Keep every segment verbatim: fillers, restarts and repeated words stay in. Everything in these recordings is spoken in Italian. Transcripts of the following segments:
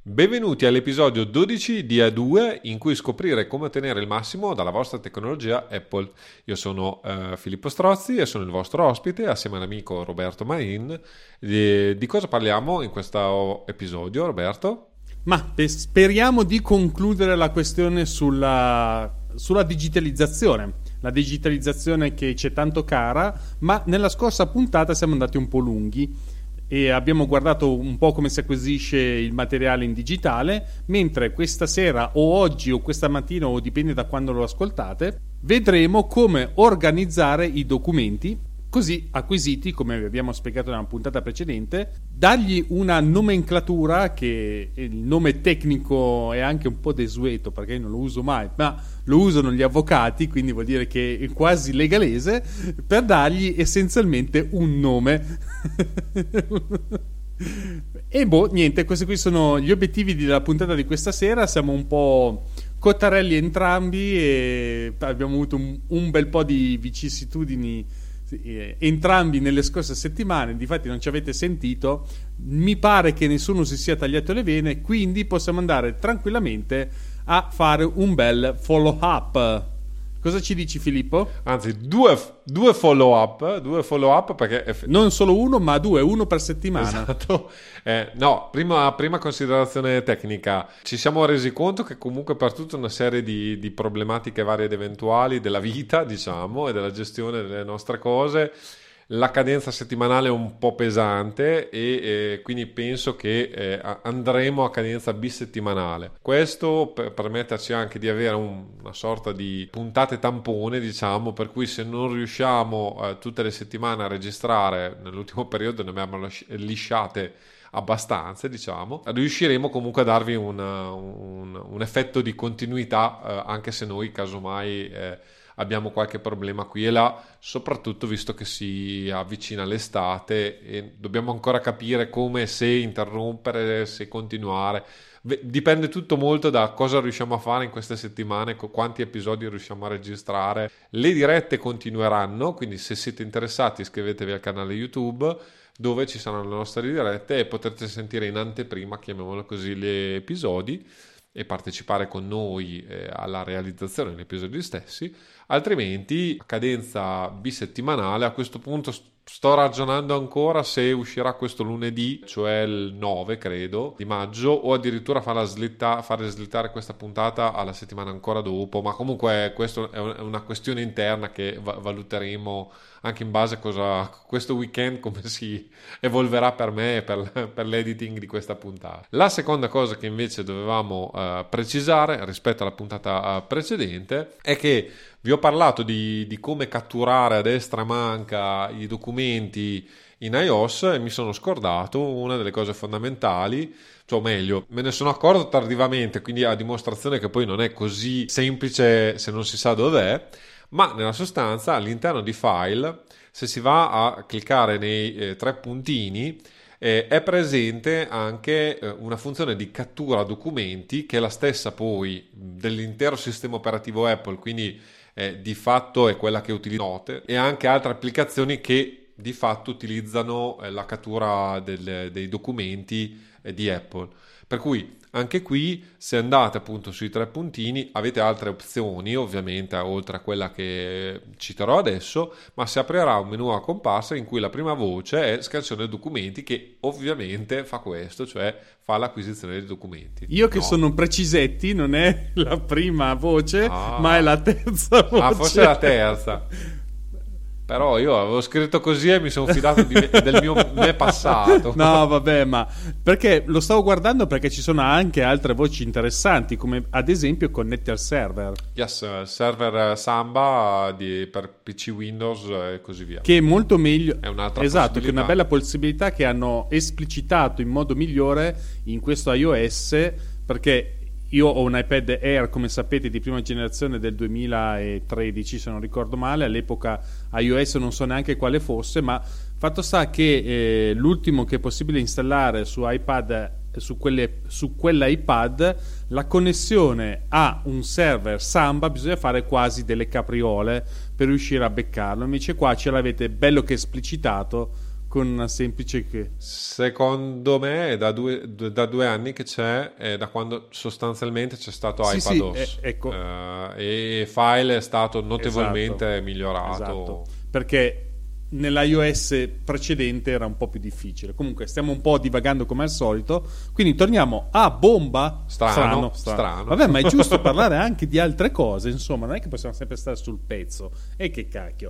Benvenuti all'episodio dodici di A due in cui scoprire come ottenere il massimo dalla vostra tecnologia Apple. Io sono uh, Filippo Strozzi e sono il vostro ospite assieme all'amico Roberto Main. Di, di cosa parliamo in questo episodio, Roberto? Ma speriamo di concludere la questione sulla, sulla digitalizzazione. La digitalizzazione che c'è tanto cara, ma nella scorsa puntata siamo andati un po' lunghi e abbiamo guardato un po' come si acquisisce il materiale in digitale, mentre questa sera o oggi o questa mattina, o dipende da quando lo ascoltate, vedremo come organizzare i documenti così acquisiti, come abbiamo spiegato nella puntata precedente, dargli una nomenclatura che il nome tecnico è anche un po' desueto perché io non lo uso mai, ma lo usano gli avvocati, quindi vuol dire che è quasi legalese, per dargli essenzialmente un nome. E boh, niente, questi qui sono gli obiettivi della puntata di questa sera. Siamo un po' cottarelli entrambi e abbiamo avuto un, un bel po' di vicissitudini entrambi nelle scorse settimane, difatti non ci avete sentito, mi pare che nessuno si sia tagliato le vene, quindi possiamo andare tranquillamente a fare un bel follow up. Cosa ci dici, Filippo? Anzi, due, due follow up, due follow up perché eff... non solo uno, ma due, uno per settimana. Esatto. Eh, no, prima, prima considerazione tecnica. Ci siamo resi conto che comunque per tutta una serie di, di problematiche varie ed eventuali della vita, diciamo, e della gestione delle nostre cose, la cadenza settimanale è un po' pesante e eh, quindi penso che eh, andremo a cadenza bisettimanale. Questo per permetterci anche di avere un, una sorta di puntate tampone, diciamo, per cui se non riusciamo eh, tutte le settimane a registrare, nell'ultimo periodo ne abbiamo lisciate abbastanza, diciamo, riusciremo comunque a darvi una, un, un effetto di continuità eh, anche se noi casomai eh, abbiamo qualche problema qui e là, soprattutto visto che si avvicina l'estate e dobbiamo ancora capire come, se interrompere, se continuare. Dipende tutto molto da cosa riusciamo a fare in queste settimane, quanti episodi riusciamo a registrare. Le dirette continueranno, quindi se siete interessati iscrivetevi al canale YouTube dove ci saranno le nostre dirette e potrete sentire in anteprima, chiamiamolo così, gli episodi e partecipare con noi eh, alla realizzazione degli episodi stessi. Altrimenti a cadenza bisettimanale. A questo punto st- sto ragionando ancora se uscirà questo lunedì, cioè il nove credo di maggio, o addirittura farla slitta- fare slittare questa puntata alla settimana ancora dopo, ma comunque questo è, un- è una questione interna che va- valuteremo anche in base a cosa questo weekend come si evolverà per me e per, per l'editing di questa puntata. La seconda cosa che invece dovevamo uh, precisare rispetto alla puntata uh, precedente è che vi ho parlato di, di come catturare a destra manca i documenti in iOS e mi sono scordato una delle cose fondamentali, cioè o meglio, me ne sono accorto tardivamente, quindi a dimostrazione che poi non è così semplice se non si sa dov'è, ma nella sostanza all'interno di File, se si va a cliccare nei eh, tre puntini, eh, è presente anche eh, una funzione di cattura documenti che è la stessa poi dell'intero sistema operativo Apple, quindi eh, di fatto è quella che utilizza Note, e anche altre applicazioni che di fatto utilizzano eh, la cattura del, dei documenti eh, di Apple. Per cui anche qui, se andate appunto sui tre puntini, avete altre opzioni ovviamente oltre a quella che citerò adesso, ma si aprirà un menu a comparsa in cui la prima voce è scansione documenti, che ovviamente fa questo, cioè fa l'acquisizione dei documenti. Io che no? sono Precisetti, non è la prima voce, ah. ma è la terza voce. Ah, forse è la terza. Però io avevo scritto così e mi sono fidato di me, del mio me passato. No, vabbè, ma perché lo stavo guardando perché ci sono anche altre voci interessanti, come ad esempio Connector Server. Yes, server Samba di, per P C Windows e così via. Che è molto meglio. È un'altra esatto, che è una bella possibilità che hanno esplicitato in modo migliore in questo iOS, perché io ho un iPad Air, come sapete, di prima generazione del duemilatredici, se non ricordo male. All'epoca iOS non so neanche quale fosse, ma fatto sta che eh, l'ultimo che è possibile installare su iPad, su, quelle, su quell'iPad, la connessione a un server Samba bisogna fare quasi delle capriole per riuscire a beccarlo. Invece qua ce l'avete bello che esplicitato con una semplice che... Secondo me è da due, da due anni che c'è, è da quando sostanzialmente c'è stato sì, iPadOS, sì, eh, ecco. uh, e File è stato notevolmente esatto, migliorato. Esatto, perché nell'iOS precedente era un po' più difficile. Comunque stiamo un po' divagando come al solito, quindi torniamo a bomba. Strano, strano, strano. strano. Vabbè, ma è giusto parlare anche di altre cose, insomma, non è che possiamo sempre stare sul pezzo. E che cacchio.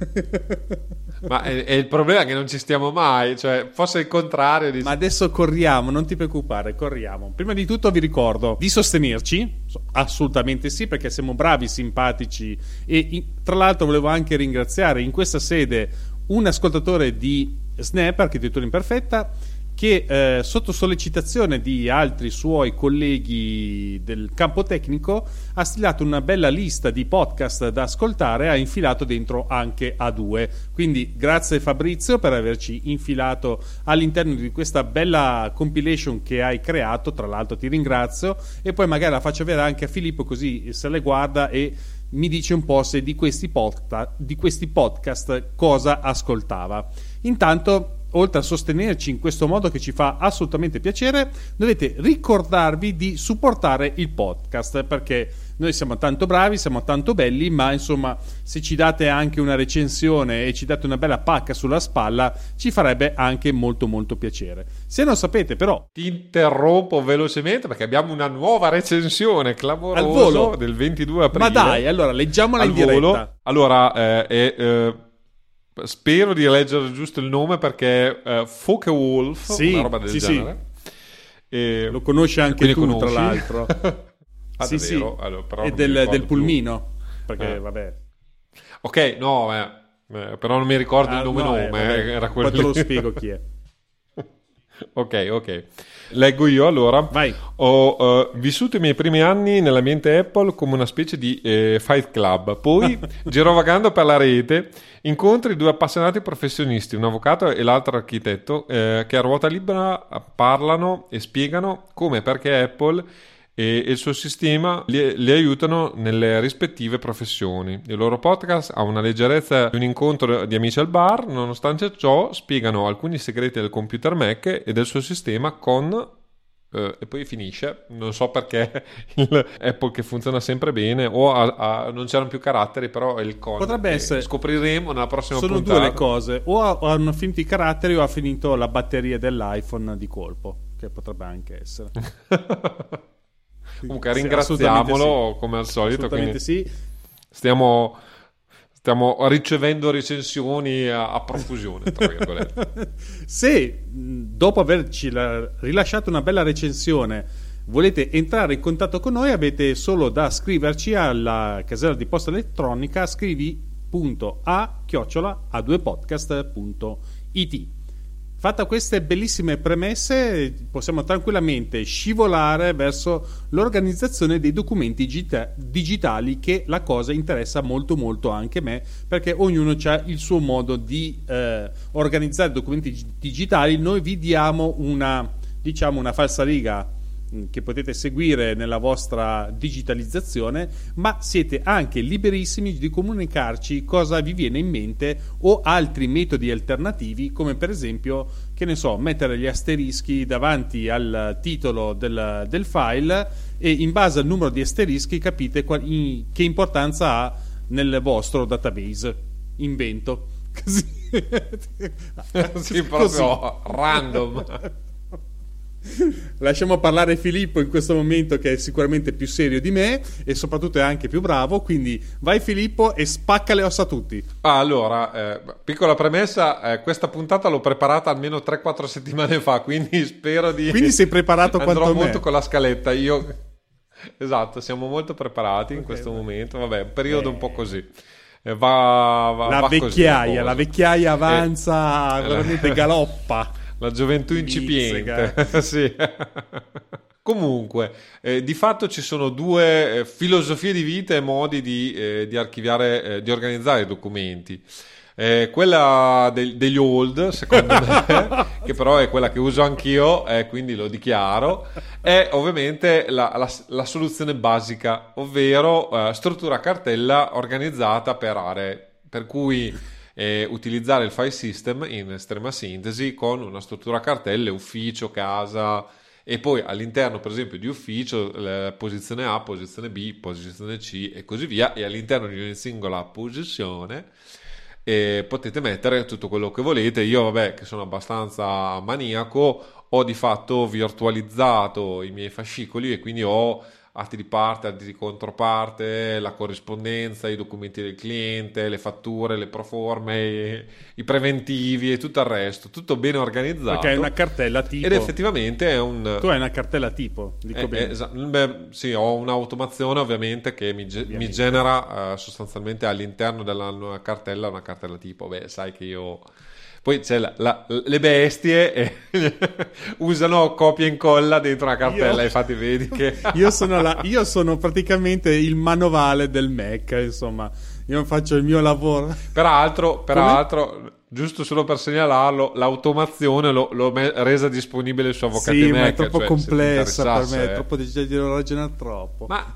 Ma è, è il problema è che non ci stiamo mai, cioè fosse il contrario di... Ma adesso corriamo, non ti preoccupare, corriamo. Prima di tutto vi ricordo di sostenerci, assolutamente sì, perché siamo bravi, simpatici e tra l'altro volevo anche ringraziare in questa sede un ascoltatore di Snap, Architettura Imperfetta, che eh, sotto sollecitazione di altri suoi colleghi del campo tecnico ha stilato una bella lista di podcast da ascoltare e ha infilato dentro anche A due. Quindi grazie Fabrizio per averci infilato all'interno di questa bella compilation che hai creato, tra l'altro ti ringrazio, e poi magari la faccio vedere anche a Filippo così se le guarda e mi dice un po' se di questi, podca- di questi podcast cosa ascoltava. Intanto, oltre a sostenerci in questo modo che ci fa assolutamente piacere, dovete ricordarvi di supportare il podcast, perché noi siamo tanto bravi, siamo tanto belli, ma insomma se ci date anche una recensione e ci date una bella pacca sulla spalla ci farebbe anche molto molto piacere. Se non sapete però... Ti interrompo velocemente perché abbiamo una nuova recensione clamorosa del ventidue aprile. Ma dai, allora leggiamola al in diretta. Volo. Allora, eh, è... Eh, spero di leggere giusto il nome perché uh, Focke-Wulf, sì, una roba del sì, genere. Sì. E lo conosci anche tu, conosci? Tra l'altro. ah, sì, sì. Allora, però è del, del pulmino. Perché, eh. vabbè. Ok, no, eh, eh, però non mi ricordo ah, il nome, no, nome eh, era quello. Poi te lo spiego chi è. Ok, ok. Leggo io allora. Vai. Ho uh, vissuto i miei primi anni nell'ambiente Apple come una specie di eh, Fight Club. Poi, girovagando per la rete, incontri due appassionati professionisti, un avvocato e l'altro architetto, eh, che a ruota libera parlano e spiegano come e perché Apple e il suo sistema li, li aiutano nelle rispettive professioni. Il loro podcast ha una leggerezza di un incontro di amici al bar, nonostante ciò spiegano alcuni segreti del computer Mac e del suo sistema con... Uh, e poi finisce, non so perché il Apple che funziona sempre bene o ha, ha, non c'erano più caratteri, però è il con. Potrebbe essere, scopriremo nella prossima sono puntata. Sono due le cose, o hanno finito i caratteri o ha finito la batteria dell'iPhone di colpo, che potrebbe anche essere. Comunque ringraziamolo sì. Come al solito, assolutamente sì. Stiamo Stiamo ricevendo recensioni a, a profusione, tra virgolette. Se dopo averci la, rilasciato una bella recensione volete entrare in contatto con noi, avete solo da scriverci alla casella di posta elettronica scrivi punto a chiocciola a due podcast punto it. Fatta queste bellissime premesse, possiamo tranquillamente scivolare verso l'organizzazione dei documenti gita- digitali, che la cosa interessa molto molto anche me, perché ognuno ha il suo modo di eh, organizzare documenti digitali. Noi vi diamo una, diciamo, una falsariga che potete seguire nella vostra digitalizzazione, ma siete anche liberissimi di comunicarci cosa vi viene in mente o altri metodi alternativi, come per esempio, che ne so, mettere gli asterischi davanti al titolo del, del file e in base al numero di asterischi capite qual, in, che importanza ha nel vostro database. Invento così. Sì, proprio random. Lasciamo parlare Filippo in questo momento, che è sicuramente più serio di me e soprattutto è anche più bravo, quindi vai Filippo e spacca le ossa a tutti. Ah, allora, eh, piccola premessa, eh, questa puntata l'ho preparata almeno tre quattro settimane fa, quindi spero di... Quindi sei preparato quanto me. Andrò molto con la scaletta, io... Esatto, siamo molto preparati in okay, questo vai. momento, vabbè, un periodo eh. un po' così. Eh, va, va, la va vecchiaia, così, la vecchiaia avanza, eh, veramente galoppa. La gioventù incipiente. Sì. Comunque, eh, di fatto ci sono due eh, filosofie di vita e modi di, eh, di archiviare, eh, di organizzare i documenti. Eh, quella de- degli old, secondo me, che però è quella che uso anch'io, eh, quindi lo dichiaro, è ovviamente la, la, la soluzione basica, ovvero eh, struttura a cartella organizzata per aree, per cui e utilizzare il file system in estrema sintesi con una struttura a cartelle, ufficio, casa, e poi all'interno per esempio di ufficio eh, posizione A, posizione B, posizione C e così via, e all'interno di ogni singola posizione eh, potete mettere tutto quello che volete. Io vabbè, che sono abbastanza maniaco, ho di fatto virtualizzato i miei fascicoli e quindi ho atti di parte, atti di controparte, la corrispondenza, i documenti del cliente, le fatture, le proforme, i, i preventivi e tutto il resto, tutto bene organizzato. Perché hai una cartella tipo. Ed effettivamente è un... Tu hai una cartella tipo, dico eh, bene. Esa... Beh, sì, ho un'automazione ovviamente che mi, ge- mi genera uh, sostanzialmente all'interno della una cartella una cartella tipo. Beh, sai che io... Poi c'è la, la, le bestie e usano copia e incolla dentro una cartella, io, infatti vedi che... io, sono la, io sono praticamente il manovale del Mac, insomma, io faccio il mio lavoro. Peraltro, peraltro giusto solo per segnalarlo, l'automazione l'ho, l'ho resa disponibile su Avvocati sì, Mac. ma è troppo cioè, complessa per me, è troppo difficile di ragionare troppo. Ma...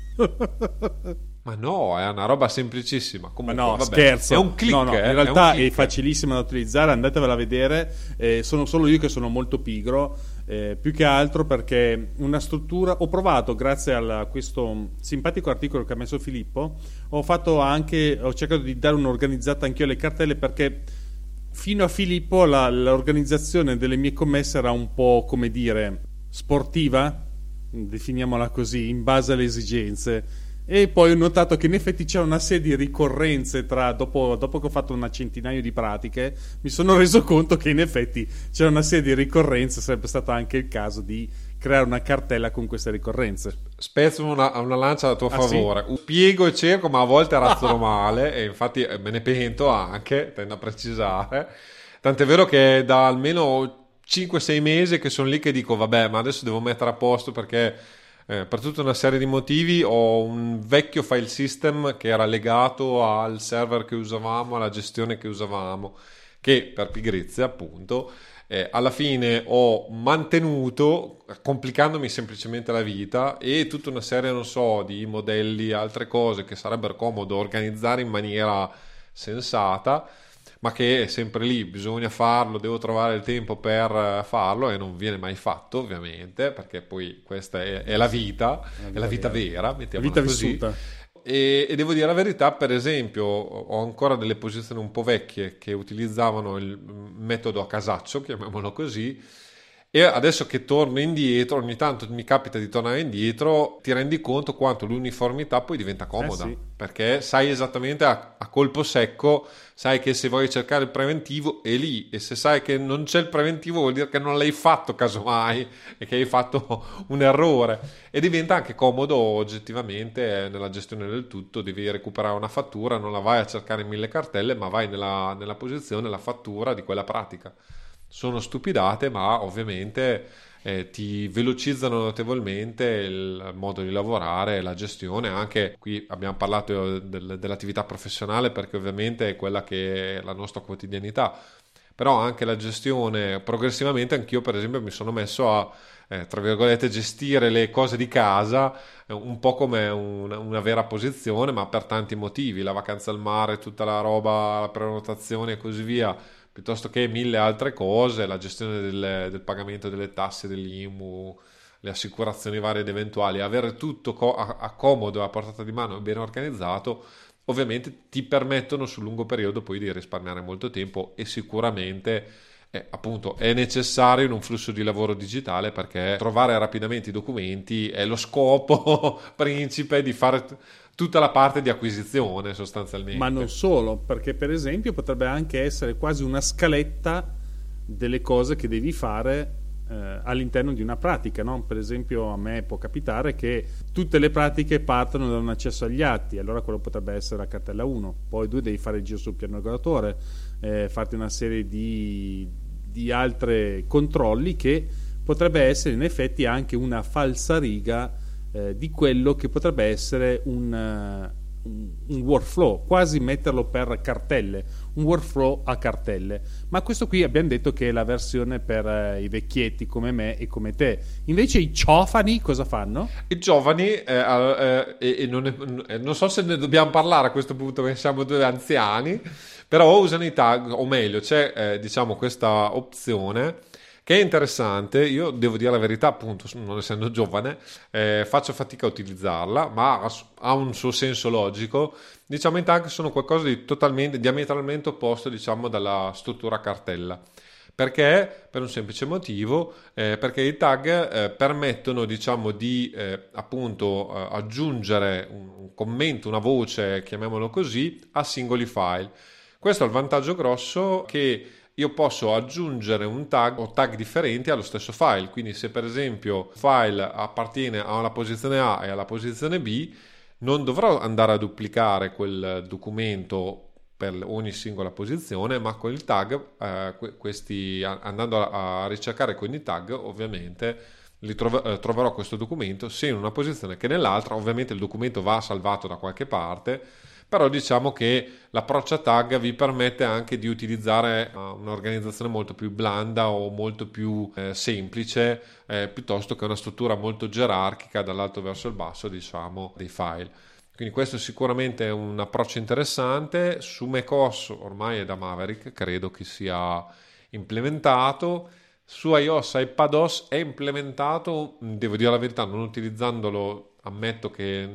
Ma no, è una roba semplicissima. Comunque, ma no, vabbè, scherzo. È un click. No, no, eh, in realtà è, è facilissima da utilizzare, andatevela a vedere. Eh, sono solo io che sono molto pigro, eh, più che altro perché una struttura. Ho provato, grazie a questo simpatico articolo che ha messo Filippo, ho fatto anche, ho cercato di dare un'organizzata anch'io alle cartelle, perché fino a Filippo la, l'organizzazione delle mie commesse era un po', come dire, sportiva, definiamola così, in base alle esigenze. E poi ho notato che in effetti c'era una serie di ricorrenze tra dopo, dopo che ho fatto una centinaio di pratiche, mi sono reso conto che in effetti c'era una serie di ricorrenze, sarebbe stato anche il caso di creare una cartella con queste ricorrenze. Spezzo una, una lancia a tuo ah, favore. Sì? Piego e cerco, ma a volte razzono male e infatti me ne pento anche, tendo a precisare. Tant'è vero che da almeno cinque sei mesi che sono lì che dico vabbè, ma adesso devo mettere a posto perché Eh, per tutta una serie di motivi ho un vecchio file system che era legato al server che usavamo, alla gestione che usavamo, che per pigrizia appunto eh, alla fine ho mantenuto, complicandomi semplicemente la vita, e tutta una serie, non so, di modelli, altre cose che sarebbero comodo organizzare in maniera sensata, ma che è sempre lì, bisogna farlo, devo trovare il tempo per farlo e non viene mai fatto, ovviamente, perché poi questa è, è la vita, la vita è la vita vera, vera mettiamola vita così. Vissuta. E, e devo dire la verità, per esempio, ho ancora delle posizioni un po' vecchie che utilizzavano il metodo a casaccio, chiamiamolo così, e adesso che torno indietro, ogni tanto mi capita di tornare indietro, ti rendi conto quanto l'uniformità poi diventa comoda, eh sì. perché sai esattamente a, a colpo secco, sai che se vuoi cercare il preventivo è lì, e se sai che non c'è il preventivo vuol dire che non l'hai fatto casomai e che hai fatto un errore, e diventa anche comodo oggettivamente nella gestione del tutto. Devi recuperare una fattura, non la vai a cercare in mille cartelle, ma vai nella, nella posizione la fattura di quella pratica. Sono stupidate, ma ovviamente eh, ti velocizzano notevolmente il modo di lavorare, la gestione. Anche qui abbiamo parlato del, dell'attività professionale, perché ovviamente è quella che è la nostra quotidianità, però anche la gestione. Progressivamente anch'io, per esempio, mi sono messo a eh, tra virgolette gestire le cose di casa eh, un po' come una, una vera posizione, ma per tanti motivi: la vacanza al mare, tutta la roba, la prenotazione e così via, piuttosto che mille altre cose, la gestione del, del pagamento delle tasse, dell'I M U, le assicurazioni varie ed eventuali. Avere tutto co- a, a comodo, a portata di mano e ben organizzato, ovviamente ti permettono sul lungo periodo poi di risparmiare molto tempo, e sicuramente eh, appunto è necessario in un flusso di lavoro digitale, perché trovare rapidamente i documenti è lo scopo principe di fare t- tutta la parte di acquisizione sostanzialmente. Ma non solo, perché per esempio potrebbe anche essere quasi una scaletta delle cose che devi fare eh, all'interno di una pratica, no? Per esempio a me può capitare che tutte le pratiche partono da un accesso agli atti, allora quello potrebbe essere la cartella uno, poi due devi fare il giro sul piano regolatore, eh, farti una serie di, di altri controlli, che potrebbe essere in effetti anche una falsariga di quello che potrebbe essere un, un workflow, quasi metterlo per cartelle, un workflow a cartelle. Ma questo qui abbiamo detto che è la versione per eh, i vecchietti come me e come te. Invece i ciofani cosa fanno? I giovani, eh, eh, e, e non, è, non so se ne dobbiamo parlare a questo punto, che siamo due anziani, però usano i tag, o meglio, c'è eh, diciamo questa opzione che è interessante. Io devo dire la verità, appunto, non essendo giovane, eh, faccio fatica a utilizzarla, ma ha, ha un suo senso logico. Diciamo, i tag sono qualcosa di totalmente, diametralmente opposto, diciamo, dalla struttura cartella. Perché? Per un semplice motivo, eh, perché i tag eh, permettono, diciamo, di eh, appunto eh, aggiungere un, un commento, una voce, chiamiamolo così, a singoli file. Questo è il vantaggio grosso, che io posso aggiungere un tag o tag differenti allo stesso file. Quindi se per esempio il file appartiene alla posizione A e alla posizione B, non dovrò andare a duplicare quel documento per ogni singola posizione, ma con il tag, eh, questi, andando a, a ricercare con i tag, ovviamente li trov- eh, troverò questo documento sia in una posizione che nell'altra. Ovviamente il documento va salvato da qualche parte, però diciamo che l'approccio a tag vi permette anche di utilizzare uh, un'organizzazione molto più blanda o molto più eh, semplice, eh, piuttosto che una struttura molto gerarchica dall'alto verso il basso, diciamo, dei file. Quindi questo sicuramente è un approccio interessante. Su macOS ormai è da Maverick, credo che sia implementato. Su iOS e iPadOS è implementato, devo dire la verità, non utilizzandolo, ammetto che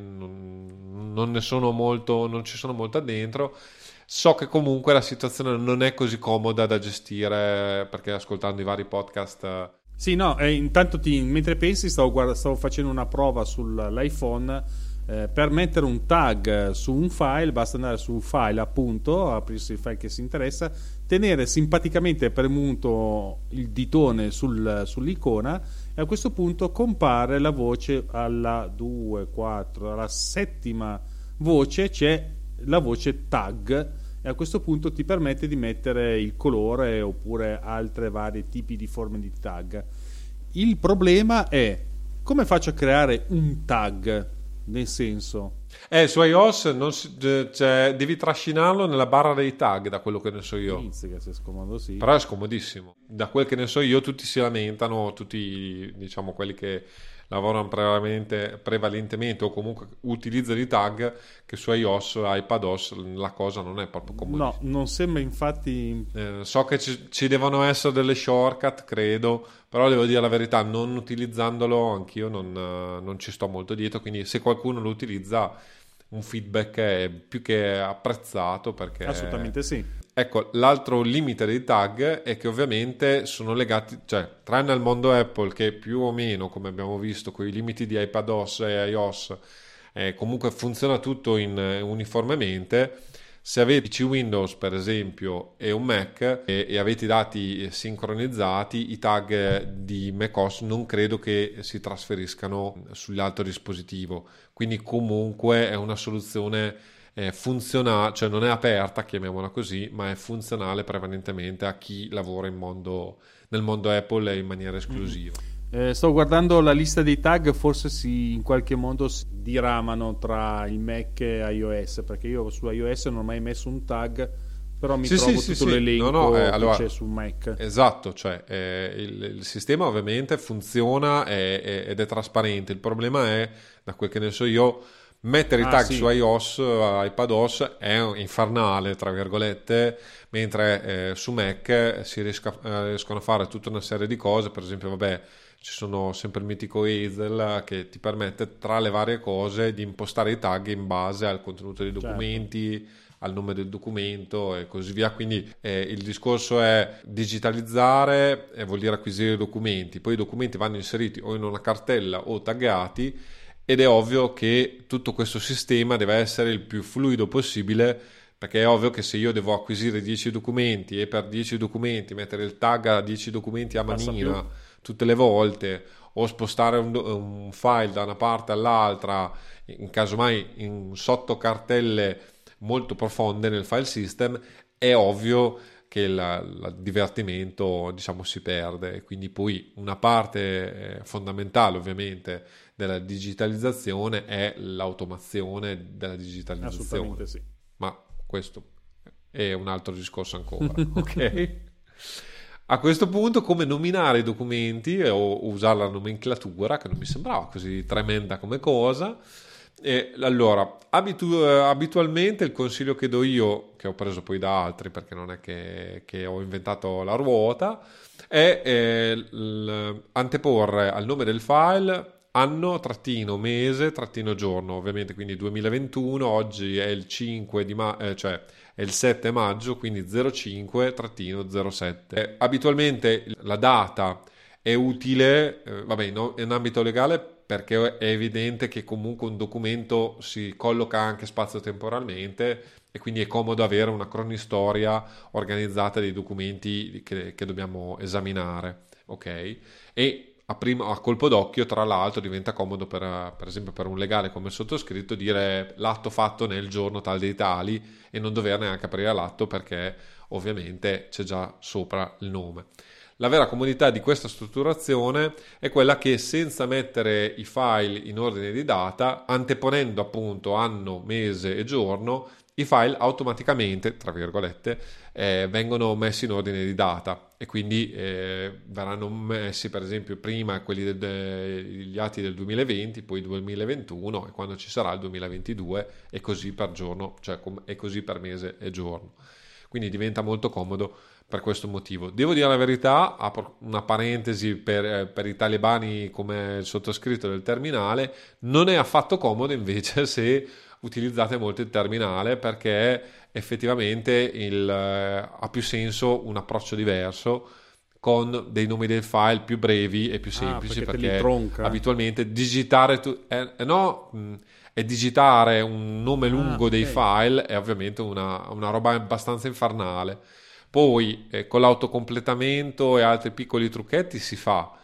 non, non ne sono molto, non ci sono molto addentro. So che comunque la situazione non è così comoda da gestire, perché ascoltando i vari podcast. Sì, no, eh, intanto ti, mentre pensi stavo, guarda, stavo facendo una prova sull'iPhone. Eh, per mettere un tag su un file basta andare su file, appunto, aprirsi il file che si interessa, tenere simpaticamente premuto il ditone sul, sull'icona, e a questo punto compare la voce alla due, quattro, alla settima voce c'è la voce tag, e a questo punto ti permette di mettere il colore oppure altre varie tipi di forme di tag. Il problema è: come faccio a creare un tag? Nel senso, eh, su iOS non si, cioè, devi trascinarlo nella barra dei tag, da quello che ne so io. Inizia che sia scomodo, sì. Però è scomodissimo. Da quel che ne so io, tutti si lamentano, tutti, diciamo, quelli che lavorano prevalentemente, prevalentemente o comunque utilizzano i tag, che su iOS e iPadOS la cosa non è proprio comodissima. No, non sembra, infatti. Eh, so che ci, ci devono essere delle shortcut, credo, però devo dire la verità, non utilizzandolo anch'io non, non ci sto molto dietro, quindi se qualcuno lo utilizza, un feedback è più che apprezzato, perché Assolutamente sì. ecco, l'altro limite dei tag è che ovviamente sono legati, cioè tranne al mondo Apple, che più o meno, come abbiamo visto, con i limiti di iPadOS e iOS, eh, comunque funziona tutto in, uniformemente. Se avete P C Windows per esempio e un Mac e, e avete i dati sincronizzati, i tag di macOS non credo che si trasferiscano sull'altro dispositivo, quindi comunque è una soluzione eh, funzionale, cioè non è aperta, chiamiamola così, ma è funzionale prevalentemente a chi lavora in mondo, nel mondo Apple in maniera esclusiva. Mm. Eh, sto guardando la lista dei tag, forse si, in qualche modo si diramano tra il Mac e iOS, perché io su iOS non ho mai messo un tag, però mi sì, trovo sì, tutto sì, l'elenco no, no, eh, che allora, c'è su Mac. Esatto, cioè eh, il, il sistema ovviamente funziona e, e, ed è trasparente. Il problema è, da quel che ne so io, mettere i Ah, tag sì. su iOS, iPadOS è infernale, tra virgolette, mentre eh, su Mac si riesca, eh, riescono a fare tutta una serie di cose. Per esempio, vabbè, ci sono sempre il mitico Hazel che ti permette, tra le varie cose, di impostare i tag in base al contenuto dei documenti, certo, al nome del documento e così via. Quindi eh, il discorso è digitalizzare, eh, vuol dire acquisire i documenti, poi i documenti vanno inseriti o in una cartella o taggati, ed è ovvio che tutto questo sistema deve essere il più fluido possibile, perché è ovvio che se io devo acquisire dieci documenti e per dieci documenti mettere il tag a dieci documenti a manina tutte le volte, o spostare un, un file da una parte all'altra, in caso mai in sottocartelle molto profonde nel file system, è ovvio che il, il divertimento, diciamo, si perde. E quindi poi una parte eh, fondamentale ovviamente della digitalizzazione è l'automazione della digitalizzazione. Assolutamente sì. Ma questo è un altro discorso ancora, ok? A questo punto, come nominare i documenti o usare la nomenclatura, che non mi sembrava così tremenda come cosa. E allora, abitu- abitualmente il consiglio che do io, che ho preso poi da altri perché non è che, che ho inventato la ruota, è eh, l- anteporre al nome del file anno, trattino, mese, trattino, giorno, ovviamente, quindi duemilaventuno, oggi è il cinque di ma- eh, cioè è il sette maggio, quindi zero cinque zero sette. Eh, abitualmente la data è utile, eh, vabbè, no, in ambito legale, perché è evidente che comunque un documento si colloca anche spazio-temporalmente e quindi è comodo avere una cronistoria organizzata dei documenti che, che dobbiamo esaminare, ok? E a, prima, a colpo d'occhio, tra l'altro, diventa comodo per, per esempio per un legale come il sottoscritto dire l'atto fatto nel giorno tal dei tali e non dover neanche aprire l'atto perché ovviamente c'è già sopra il nome. La vera comodità di questa strutturazione è quella che, senza mettere i file in ordine di data, anteponendo appunto anno, mese e giorno, i file automaticamente, tra virgolette, eh, vengono messi in ordine di data e quindi eh, verranno messi, per esempio, prima quelli del, de, gli atti del duemilaventi, poi duemilaventuno, e quando ci sarà il duemilaventidue, e così per giorno, cioè e così per mese e giorno. Quindi diventa molto comodo per questo motivo. Devo dire la verità, apro una parentesi per, per i talebani come il sottoscritto del terminale, non è affatto comodo invece se utilizzate molto il terminale, perché effettivamente il, eh, ha più senso un approccio diverso con dei nomi del file più brevi e più semplici, ah, perché, perché tronca. abitualmente digitare tu, eh, eh no mh, e digitare un nome lungo ah, dei okay. file è ovviamente una, una roba abbastanza infernale. Poi eh, con l'autocompletamento e altri piccoli trucchetti si fa,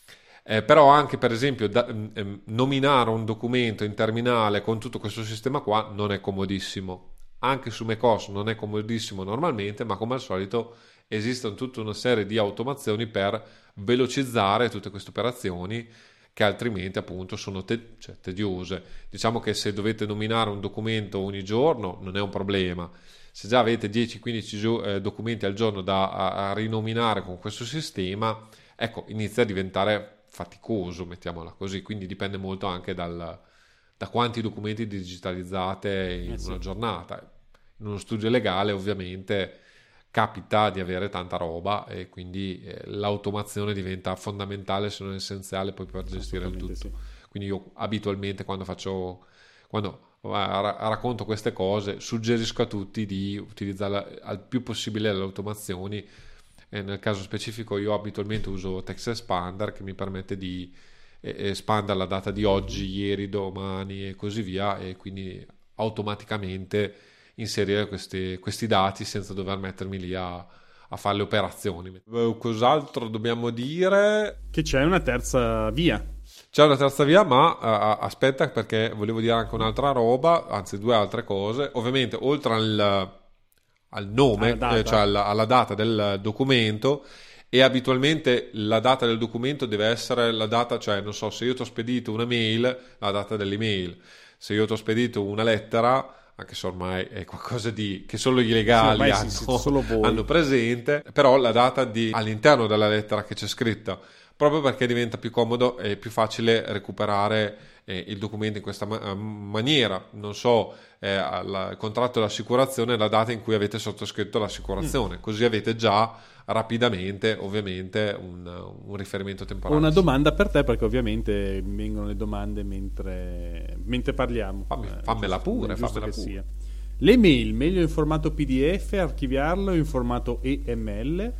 eh, però anche per esempio da, eh, nominare un documento in terminale con tutto questo sistema qua non è comodissimo. Anche su macOS non è comodissimo normalmente, ma come al solito esistono tutta una serie di automazioni per velocizzare tutte queste operazioni che altrimenti appunto sono te- cioè, tediose. Diciamo che se dovete nominare un documento ogni giorno non è un problema. Se già avete dieci quindici gio- eh, documenti al giorno da a, a rinominare con questo sistema, ecco, inizia a diventare faticoso, mettiamola così. Quindi dipende molto anche dal, da quanti documenti digitalizzate in eh sì. una giornata. In uno studio legale ovviamente capita di avere tanta roba e quindi eh, l'automazione diventa fondamentale, se non essenziale, poi per gestire il tutto. Sì. Quindi io abitualmente quando faccio quando racconto queste cose suggerisco a tutti di utilizzare al più possibile le automazioni, e nel caso specifico io abitualmente uso Text Expander, che mi permette di espandere la data di oggi, ieri, domani e così via, e quindi automaticamente inserire questi, questi dati senza dover mettermi lì a, a fare le operazioni. Cos'altro dobbiamo dire? Che c'è una terza via. C'è una terza via, ma uh, aspetta, perché volevo dire anche un'altra roba, anzi due altre cose. Ovviamente, oltre al, al nome, alla eh, cioè alla, alla data del documento, e abitualmente la data del documento deve essere la data, cioè non so, se io ti ho spedito una mail, la data dell'email. Se io ti ho spedito una lettera, anche se ormai è qualcosa di che solo i legali sì, hanno, sì, solo hanno presente, però la data di, all'interno della lettera che c'è scritta, proprio perché diventa più comodo e più facile recuperare eh, il documento in questa ma- maniera. Non so, eh, il contratto d'assicurazione è la data in cui avete sottoscritto l'assicurazione, mm. così avete già rapidamente ovviamente un, un riferimento temporale. Una domanda per te, perché ovviamente vengono le domande mentre, mentre parliamo. Fammi, fammela pure, fammela pure. Sia. Le mail, meglio in formato P D F, archiviarlo in formato E M L?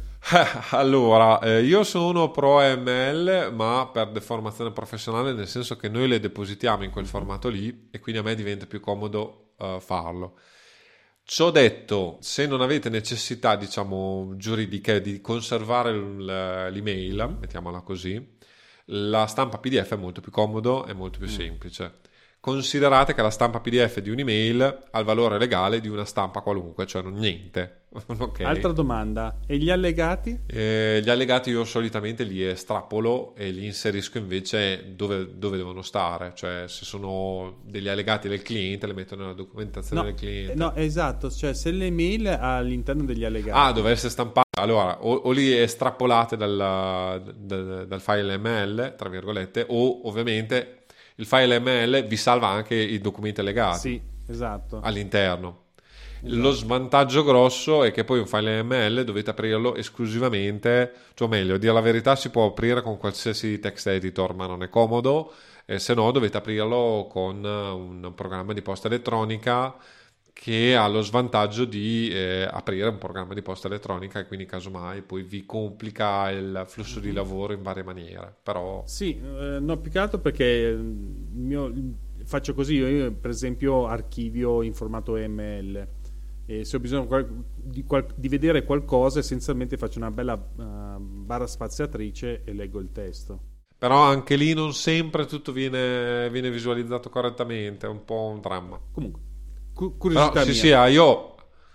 Allora, eh, io sono pro E M L, ma per deformazione professionale, nel senso che noi le depositiamo in quel formato lì e quindi a me diventa più comodo uh, farlo. Ciò detto, se non avete necessità, diciamo, giuridica di conservare l'email, mettiamola così, la stampa P D F è molto più comodo e molto più mm. semplice. Considerate che la stampa P D F di un'email ha il valore legale di una stampa qualunque, cioè non niente. Okay. Altra domanda, e gli allegati? Eh, gli allegati io solitamente li estrapolo e li inserisco invece dove, dove devono stare, cioè se sono degli allegati del cliente li metto nella documentazione No, del cliente. no, esatto, cioè se l'email ha all'interno degli allegati. Ah, dove essere stampate, allora o, o li estrapolate dal, dal, dal file M L, tra virgolette, o ovviamente il file M L vi salva anche i documenti allegati. Sì, esatto. All'interno. Esatto. Lo svantaggio grosso è che poi un file M L dovete aprirlo esclusivamente, cioè meglio, a dire la verità si può aprire con qualsiasi text editor, ma non è comodo, eh, se no dovete aprirlo con un programma di posta elettronica che ha lo svantaggio di eh, aprire un programma di posta elettronica e quindi casomai poi vi complica il flusso di lavoro in varie maniere. Però sì, eh, no, più che altro perché il mio, faccio così, io, io per esempio archivio in formato M L e se ho bisogno di, di vedere qualcosa essenzialmente faccio una bella uh, barra spaziatrice e leggo il testo. Però anche lì non sempre tutto viene, viene visualizzato correttamente, è un po' un dramma. Comunque curiosità Però, sì, mia. sì, ah, io,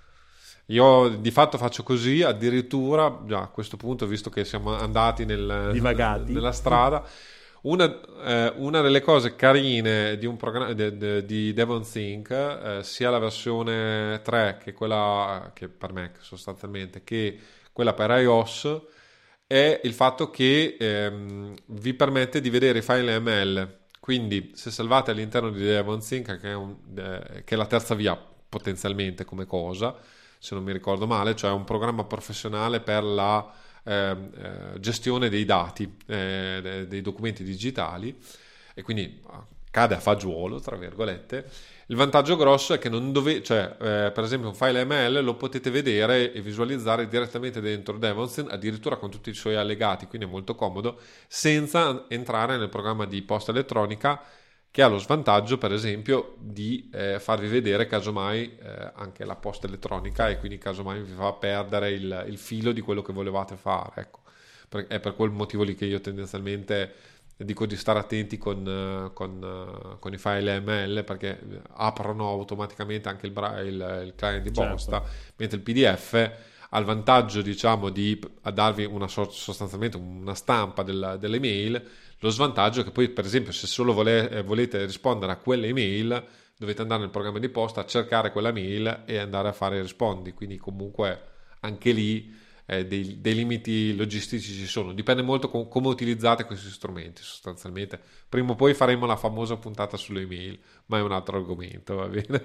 io di fatto faccio così, addirittura già a questo punto, visto che siamo andati nel, divagati nella strada, una, eh, una delle cose carine di un programma de, de, di DevonThink, eh, sia la versione tre che quella che per Mac sostanzialmente, che quella per iOS, è il fatto che ehm, vi permette di vedere i file M L. Quindi se salvate all'interno di DevonThink, che è, un, eh, che è la terza via potenzialmente come cosa, se non mi ricordo male, cioè un programma professionale per la eh, eh, gestione dei dati, eh, dei documenti digitali, e quindi cade a fagiolo, tra virgolette. Il vantaggio grosso è che non dovete, cioè eh, per esempio un file M L lo potete vedere e visualizzare direttamente dentro DevonThink, addirittura con tutti i suoi allegati, quindi è molto comodo, senza entrare nel programma di posta elettronica, che ha lo svantaggio per esempio di eh, farvi vedere casomai eh, anche la posta elettronica, e quindi casomai vi fa perdere il, il filo di quello che volevate fare, ecco. Per, è per quel motivo lì che io tendenzialmente dico di stare attenti con, con, con i file M L, perché aprono automaticamente anche il, bra- il, il client di posta, certo. Mentre il P D F ha il vantaggio, diciamo, di darvi una sostanzialmente una stampa della, delle mail. Lo svantaggio è che poi, per esempio, se solo vole- volete rispondere a quelle email, dovete andare nel programma di posta, cercare quella mail e andare a fare rispondi, quindi comunque anche lì Eh, dei, dei limiti logistici ci sono, dipende molto com- come utilizzate questi strumenti sostanzialmente. Prima o poi faremo la famosa puntata sulle email, ma è un altro argomento, va bene.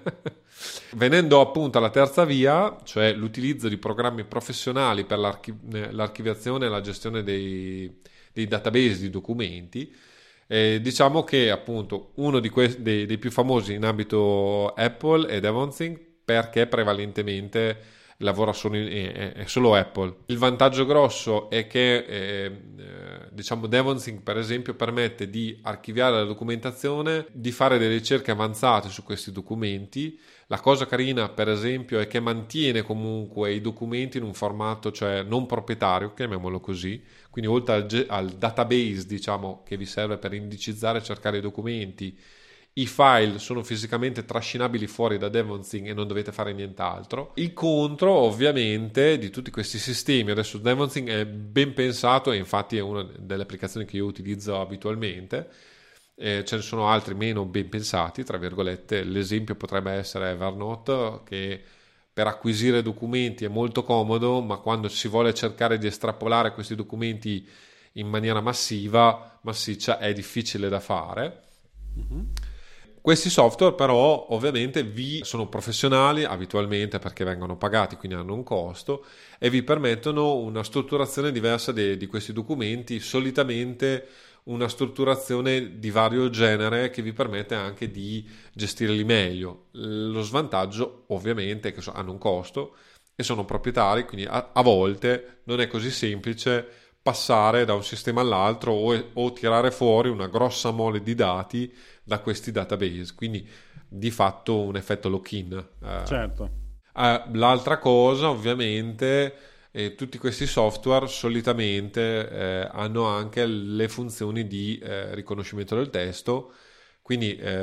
Venendo appunto alla terza via, cioè l'utilizzo di programmi professionali per l'archi- l'archiviazione e la gestione dei, dei database di documenti, eh, diciamo che appunto uno di que- dei, dei più famosi in ambito Apple è DevonThink, perché prevalentemente lavora solo, in, è, è solo Apple. Il vantaggio grosso è che eh, diciamo DevonThink per esempio permette di archiviare la documentazione, di fare delle ricerche avanzate su questi documenti. La cosa carina per esempio è che mantiene comunque i documenti in un formato, cioè non proprietario, chiamiamolo così, quindi oltre al, al database, diciamo, che vi serve per indicizzare e cercare i documenti, i file sono fisicamente trascinabili fuori da DevonThink e non dovete fare nient'altro. Il contro ovviamente di tutti questi sistemi, adesso DevonThink è ben pensato e infatti è una delle applicazioni che io utilizzo abitualmente, eh, ce ne sono altri meno ben pensati, tra virgolette. L'esempio potrebbe essere Evernote, che per acquisire documenti è molto comodo, ma quando si vuole cercare di estrapolare questi documenti in maniera massiva, massiccia, è difficile da fare. Mm-hmm. Questi software però ovviamente vi sono professionali abitualmente perché vengono pagati, quindi hanno un costo, e vi permettono una strutturazione diversa de- di questi documenti, solitamente una strutturazione di vario genere che vi permette anche di gestirli meglio. Lo svantaggio ovviamente è che so- hanno un costo e sono proprietari, quindi a, a volte non è così semplice passare da un sistema all'altro o, o tirare fuori una grossa mole di dati da questi database, quindi di fatto un effetto lock-in. Eh, certo. Eh, l'altra cosa ovviamente, eh, tutti questi software solitamente eh, hanno anche le funzioni di eh, riconoscimento del testo, quindi eh,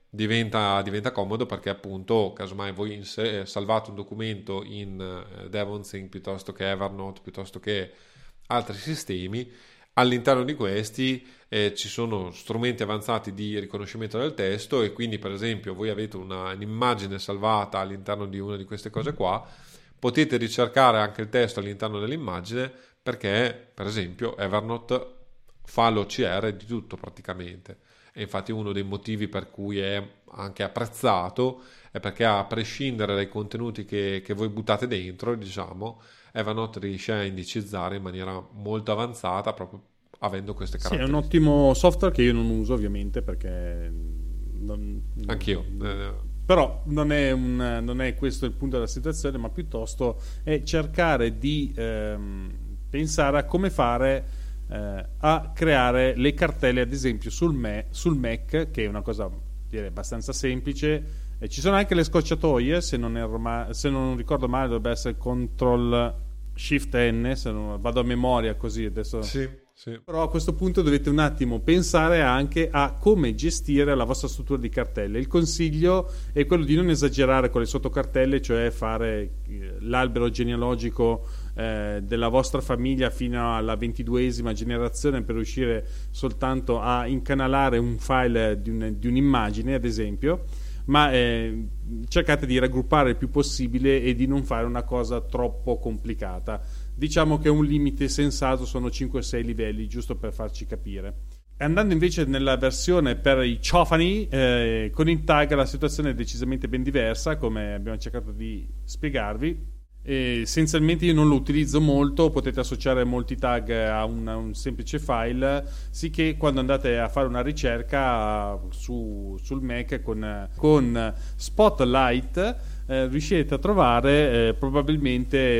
diventa, diventa comodo, perché appunto casomai voi in se, salvate un documento in eh, Devonthink piuttosto che Evernote, piuttosto che altri sistemi, all'interno di questi eh, ci sono strumenti avanzati di riconoscimento del testo, e quindi per esempio voi avete una, un'immagine salvata all'interno di una di queste cose qua, potete ricercare anche il testo all'interno dell'immagine, perché per esempio Evernote fa l'O C R di tutto praticamente. E infatti uno dei motivi per cui è anche apprezzato è perché, a prescindere dai contenuti che, che voi buttate dentro, diciamo, Evernote riesce a indicizzare in maniera molto avanzata, proprio avendo queste caratteristiche. Sì, è un ottimo software che io non uso ovviamente, perché non, anch'io non, però non è, un, non è questo il punto della situazione, ma piuttosto è cercare di ehm, pensare a come fare eh, a creare le cartelle, ad esempio sul, me, sul Mac, che è una cosa direi abbastanza semplice. E ci sono anche le scocciatoie, se non, ero ma- se non ricordo male dovrebbe essere Control Shift N, se non vado a memoria così adesso. Sì, sì. Però a questo punto dovete un attimo pensare anche a come gestire la vostra struttura di cartelle. Il consiglio è quello di non esagerare con le sottocartelle, cioè fare l'albero genealogico eh, della vostra famiglia fino alla ventiduesima generazione per riuscire soltanto a incanalare un file di, un, di un'immagine, ad esempio. Ma eh, cercate di raggruppare il più possibile e di non fare una cosa troppo complicata. Diciamo che un limite sensato sono cinque sei livelli, giusto per farci capire. Andando invece nella versione per i ciofani, eh, con il tag la situazione è decisamente ben diversa, come abbiamo cercato di spiegarvi. E essenzialmente io non lo utilizzo molto, potete associare molti tag a un, a un semplice file, sicché quando andate a fare una ricerca su, sul Mac con, con Spotlight eh, riuscirete a trovare eh, probabilmente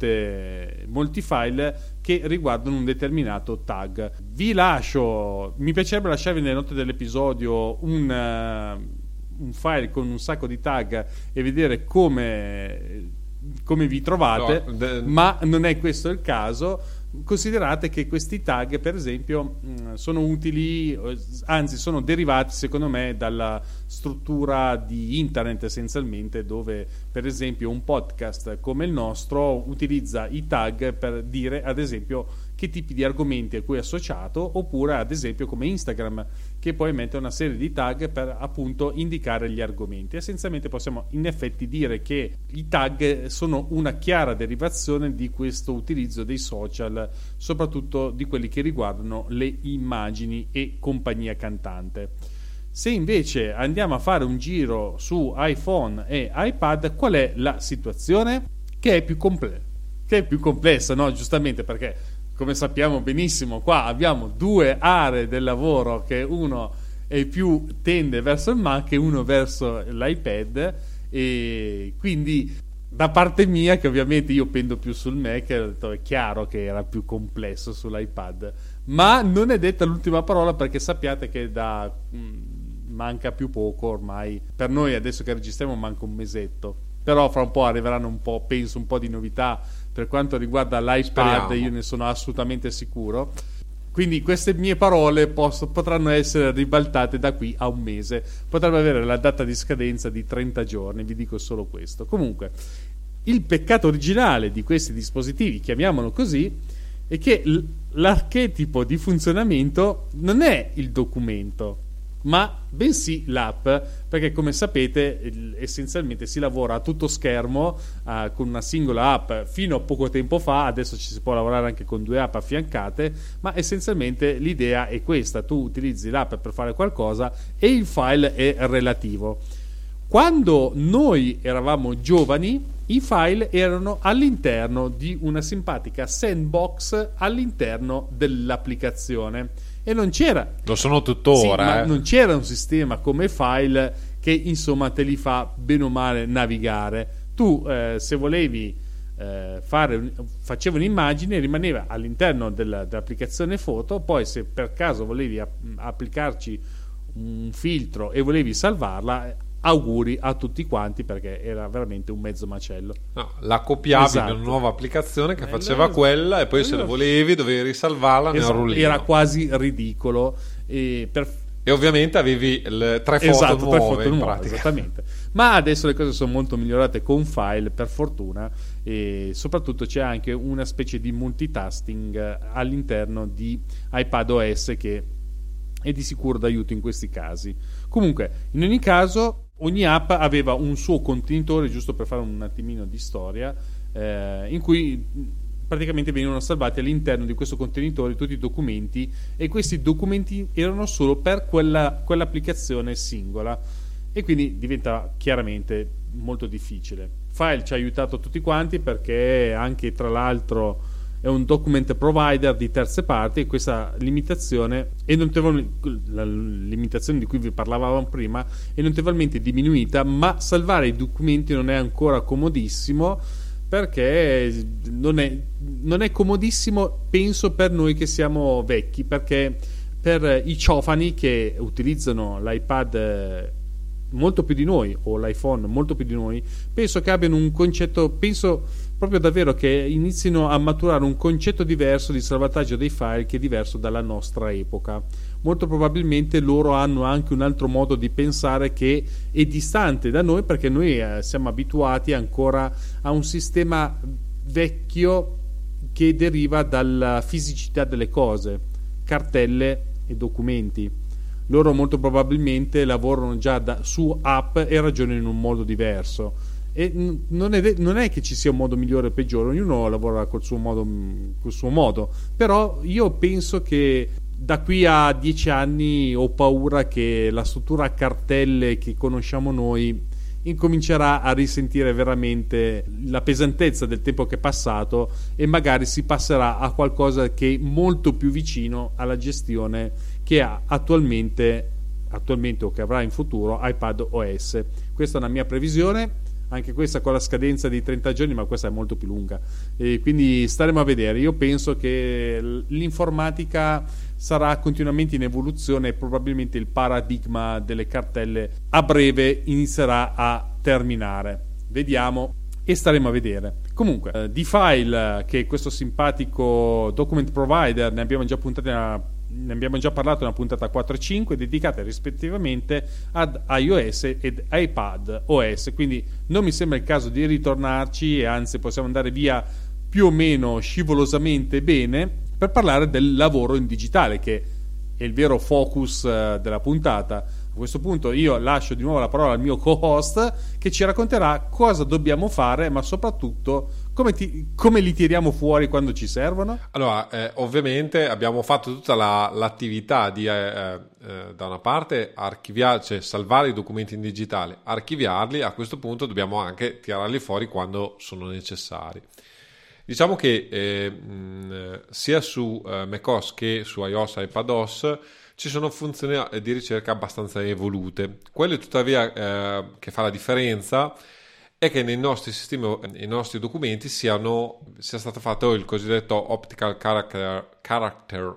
molte, molti file che riguardano un determinato tag. Vi lascio, mi piacerebbe lasciarvi nelle note dell'episodio un, uh, un file con un sacco di tag e vedere come come vi trovate, no, de... ma non è questo il caso. Considerate che questi tag, per esempio, sono utili, anzi sono derivati secondo me dalla struttura di internet essenzialmente, dove per esempio un podcast come il nostro utilizza i tag per dire ad esempio che tipi di argomenti a cui è associato, oppure ad esempio come Instagram, che poi mette una serie di tag per appunto indicare gli argomenti. Essenzialmente possiamo in effetti dire che i tag sono una chiara derivazione di questo utilizzo dei social, soprattutto di quelli che riguardano le immagini e compagnia cantante. Se invece andiamo a fare un giro su iPhone e iPad, qual è la situazione? Che è più complessa, che è più complessa, no? Giustamente perché, come sappiamo benissimo, qua abbiamo due aree del lavoro, che uno è più tende verso il Mac e uno verso l'iPad, e quindi da parte mia, che ovviamente io pendo più sul Mac, ho detto, è chiaro che era più complesso sull'iPad, ma non è detta l'ultima parola, perché sappiate che da mh, manca più poco ormai, per noi adesso che registriamo manca un mesetto, però fra un po' arriveranno un po', penso, un po' di novità per quanto riguarda l'iPad. Speriamo. Io ne sono assolutamente sicuro, quindi queste mie parole posso, potranno essere ribaltate da qui a un mese, potrebbe avere la data di scadenza di trenta giorni, vi dico solo questo. Comunque il peccato originale di questi dispositivi, chiamiamolo così, è che l- l'archetipo di funzionamento non è il documento, ma bensì l'app, perché come sapete essenzialmente si lavora a tutto schermo uh, con una singola app fino a poco tempo fa. Adesso ci si può lavorare anche con due app affiancate, ma essenzialmente l'idea è questa: tu utilizzi l'app per fare qualcosa e il file è relativo. Quando noi eravamo giovani, i file erano all'interno di una simpatica sandbox all'interno dell'applicazione e non c'era, lo sono tuttora, sì, ma eh. non c'era un sistema come file che insomma te li fa bene o male navigare. Tu eh, se volevi eh, fare facevi un'immagine, rimaneva all'interno della, dell'applicazione foto, poi se per caso volevi app- applicarci un filtro e volevi salvarla, auguri a tutti quanti, perché era veramente un mezzo macello. No, la copiavi esatto. in una nuova applicazione che Eh, faceva esatto. quella, e poi se la volevi dovevi risalvarla esatto. nel rullino. Era quasi ridicolo, e per, E ovviamente avevi le tre foto esatto, nuove, tre foto in nuove, pratica. esattamente. Ma adesso le cose sono molto migliorate con File, per fortuna, e soprattutto c'è anche una specie di multitasking all'interno di iPadOS che è di sicuro d'aiuto in questi casi. Comunque, in ogni caso, ogni app aveva un suo contenitore, giusto per fare un attimino di storia, eh, in cui praticamente venivano salvati all'interno di questo contenitore tutti i documenti, e questi documenti erano solo per quella, quell'applicazione singola, e quindi diventa chiaramente molto difficile. File ci ha aiutato tutti quanti, perché anche tra l'altro è un document provider di terze parti, e questa limitazione è notevolmente, la limitazione di cui vi parlavamo prima, è notevolmente diminuita, ma salvare i documenti non è ancora comodissimo, perché non è, non è comodissimo, penso, per noi che siamo vecchi, perché per i ciofani che utilizzano l'iPad molto più di noi, o l'iPhone molto più di noi, penso che abbiano un concetto, penso proprio davvero che inizino a maturare un concetto diverso di salvataggio dei file, che è diverso dalla nostra epoca. Molto probabilmente loro hanno anche un altro modo di pensare che è distante da noi, perché noi eh, siamo abituati ancora a un sistema vecchio che deriva dalla fisicità delle cose, cartelle e documenti. Loro molto probabilmente lavorano già da, su app e ragionano in un modo diverso, e non è, non è che ci sia un modo migliore o peggiore, ognuno lavora col suo modo, col suo modo. Però io penso che da qui a dieci anni ho paura che la struttura a cartelle che conosciamo noi incomincerà a risentire veramente la pesantezza del tempo che è passato, e magari si passerà a qualcosa che è molto più vicino alla gestione che ha attualmente, attualmente o che avrà in futuro iPadOS. Questa è una mia previsione, anche questa con la scadenza di trenta giorni, ma questa è molto più lunga, e quindi staremo a vedere. Io penso che l'informatica sarà continuamente in evoluzione, e probabilmente il paradigma delle cartelle a breve inizierà a terminare. Vediamo e staremo a vedere. Comunque, eh, di File, che è questo simpatico document provider, ne abbiamo già puntate una ne abbiamo già parlato nella puntata quattro e cinque, dedicate rispettivamente ad iOS ed iPad O S, quindi non mi sembra il caso di ritornarci, e anzi possiamo andare via più o meno scivolosamente bene per parlare del lavoro in digitale, che è il vero focus uh, della puntata. A questo punto io lascio di nuovo la parola al mio co-host, che ci racconterà cosa dobbiamo fare, ma soprattutto come, ti, come li tiriamo fuori quando ci servono. Allora, eh, ovviamente abbiamo fatto tutta la, l'attività di, eh, eh, da una parte, archiviare, cioè salvare i documenti in digitale, archiviarli. A questo punto dobbiamo anche tirarli fuori quando sono necessari. Diciamo che eh, mh, sia su eh, macOS che su iOS e iPadOS ci sono funzioni di ricerca abbastanza evolute. Quello tuttavia eh, che fa la differenza è che nei nostri sistemi, nei nostri documenti siano, sia stato fatto il cosiddetto Optical Character, character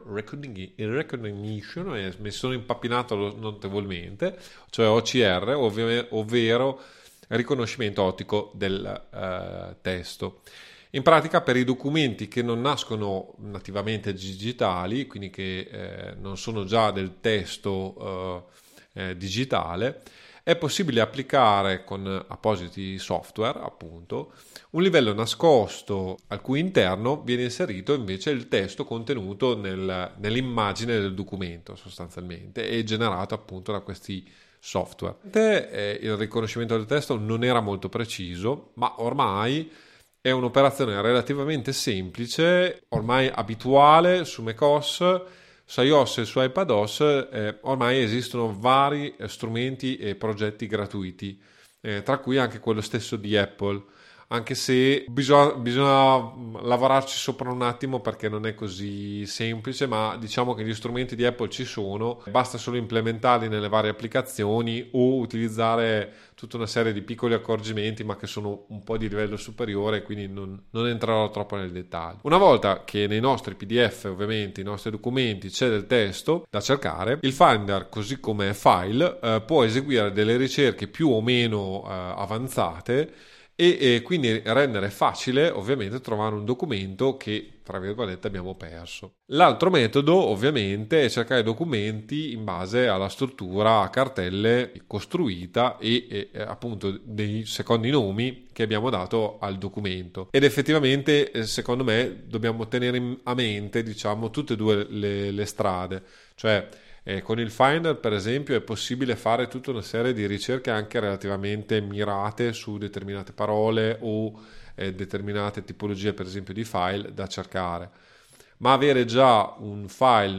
Recognition, e mi sono impappinato notevolmente, cioè O C R, ovvi- ovvero riconoscimento ottico del eh, testo. In pratica, per i documenti che non nascono nativamente digitali, quindi che eh, non sono già del testo eh, eh, digitale, è possibile applicare con appositi software, appunto, un livello nascosto al cui interno viene inserito invece il testo contenuto nel, nell'immagine del documento, sostanzialmente, e generato appunto da questi software. Eh, il riconoscimento del testo non era molto preciso, ma ormai è un'operazione relativamente semplice, ormai abituale su macOS, su iOS e su iPadOS. Eh, ormai esistono vari strumenti e progetti gratuiti, eh, tra cui anche quello stesso di Apple, anche se bisogna, bisogna lavorarci sopra un attimo, perché non è così semplice, ma diciamo che gli strumenti di Apple ci sono, basta solo implementarli nelle varie applicazioni o utilizzare tutta una serie di piccoli accorgimenti, ma che sono un po' di livello superiore, quindi non, non entrerò troppo nel dettaglio. Una volta che nei nostri P D F, ovviamente, i nostri documenti, c'è del testo da cercare, il Finder, così come File, eh, può eseguire delle ricerche più o meno eh, avanzate, e, e quindi rendere facile ovviamente trovare un documento che tra virgolette abbiamo perso. L'altro metodo ovviamente è cercare documenti in base alla struttura a cartelle costruita e, e appunto dei secondi nomi che abbiamo dato al documento, ed effettivamente secondo me dobbiamo tenere a mente diciamo tutte e due le, le strade, cioè Eh, con il Finder per esempio è possibile fare tutta una serie di ricerche anche relativamente mirate su determinate parole o eh, determinate tipologie per esempio di file da cercare, ma avere già un file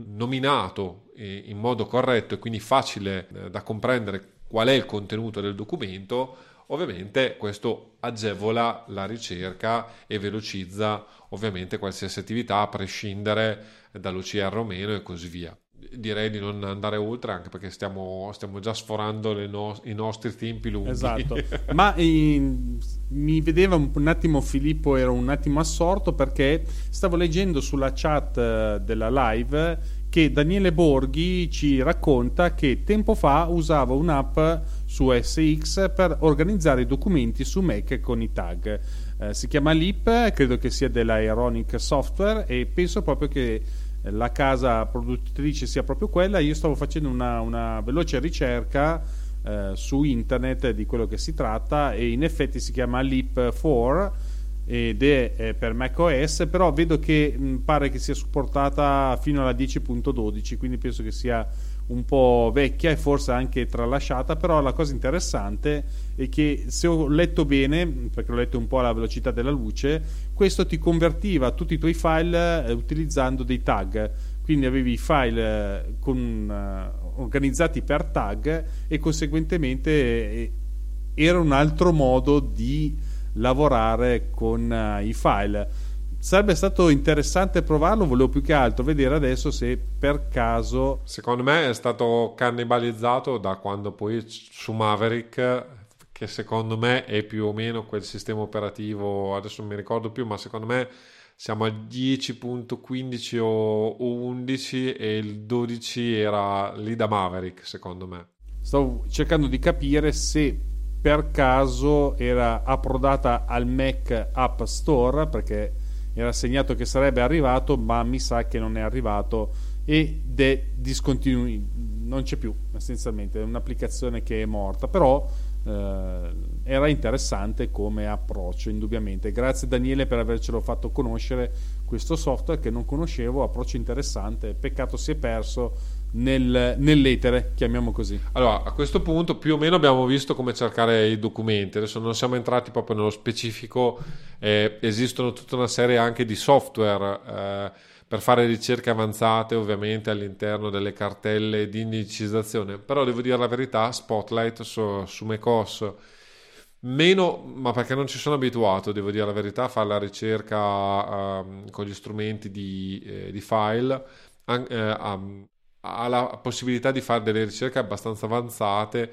nominato eh, in modo corretto e quindi facile eh, da comprendere qual è il contenuto del documento, ovviamente questo agevola la ricerca e velocizza ovviamente qualsiasi attività a prescindere dall'O C R o meno e così via. Direi di non andare oltre anche perché stiamo, stiamo già sforando le no- i nostri tempi lunghi. Esatto, ma in, mi vedeva un, un attimo Filippo, ero un attimo assorto perché stavo leggendo sulla chat della live che Daniele Borghi ci racconta che tempo fa usava un'app su S X per organizzare i documenti su Mac con i tag. Eh, si chiama Leap, credo che sia della Ironic Software e penso proprio che la casa produttrice sia proprio quella. Io stavo facendo una, una veloce ricerca eh, su internet di quello che si tratta e in effetti si chiama Leap quattro ed è, è per macOS, però vedo che mh, pare che sia supportata fino alla dieci punto dodici, quindi penso che sia un po' vecchia e forse anche tralasciata, però la cosa interessante è che se ho letto bene, perché l'ho letto un po' alla velocità della luce, questo ti convertiva tutti i tuoi file eh, utilizzando dei tag, quindi avevi i file eh, con, eh, organizzati per tag e conseguentemente eh, era un altro modo di lavorare con eh, i file. Sarebbe stato interessante provarlo, volevo più che altro vedere adesso se per caso... Secondo me è stato cannibalizzato da quando poi su Maverick, che secondo me è più o meno quel sistema operativo, adesso non mi ricordo più, ma secondo me siamo al dieci punto quindici o undici e il dodici era lì da Maverick, secondo me. Stavo cercando di capire se per caso era approdata al Mac App Store, perché era segnato che sarebbe arrivato, ma mi sa che non è arrivato ed è discontinuato, non c'è più essenzialmente, è un'applicazione che è morta, però eh, era interessante come approccio indubbiamente. Grazie Daniele per avercelo fatto conoscere questo software che non conoscevo, approccio interessante, peccato si è perso nel, nell'etere, chiamiamo così. Allora, a questo punto più o meno abbiamo visto come cercare i documenti, adesso non siamo entrati proprio nello specifico, eh, esistono tutta una serie anche di software eh, per fare ricerche avanzate ovviamente all'interno delle cartelle di indicizzazione, però devo dire la verità, Spotlight su, su macOS meno, ma perché non ci sono abituato, devo dire la verità, a fare la ricerca uh, con gli strumenti di, eh, di file, an- eh, um, ha la possibilità di fare delle ricerche abbastanza avanzate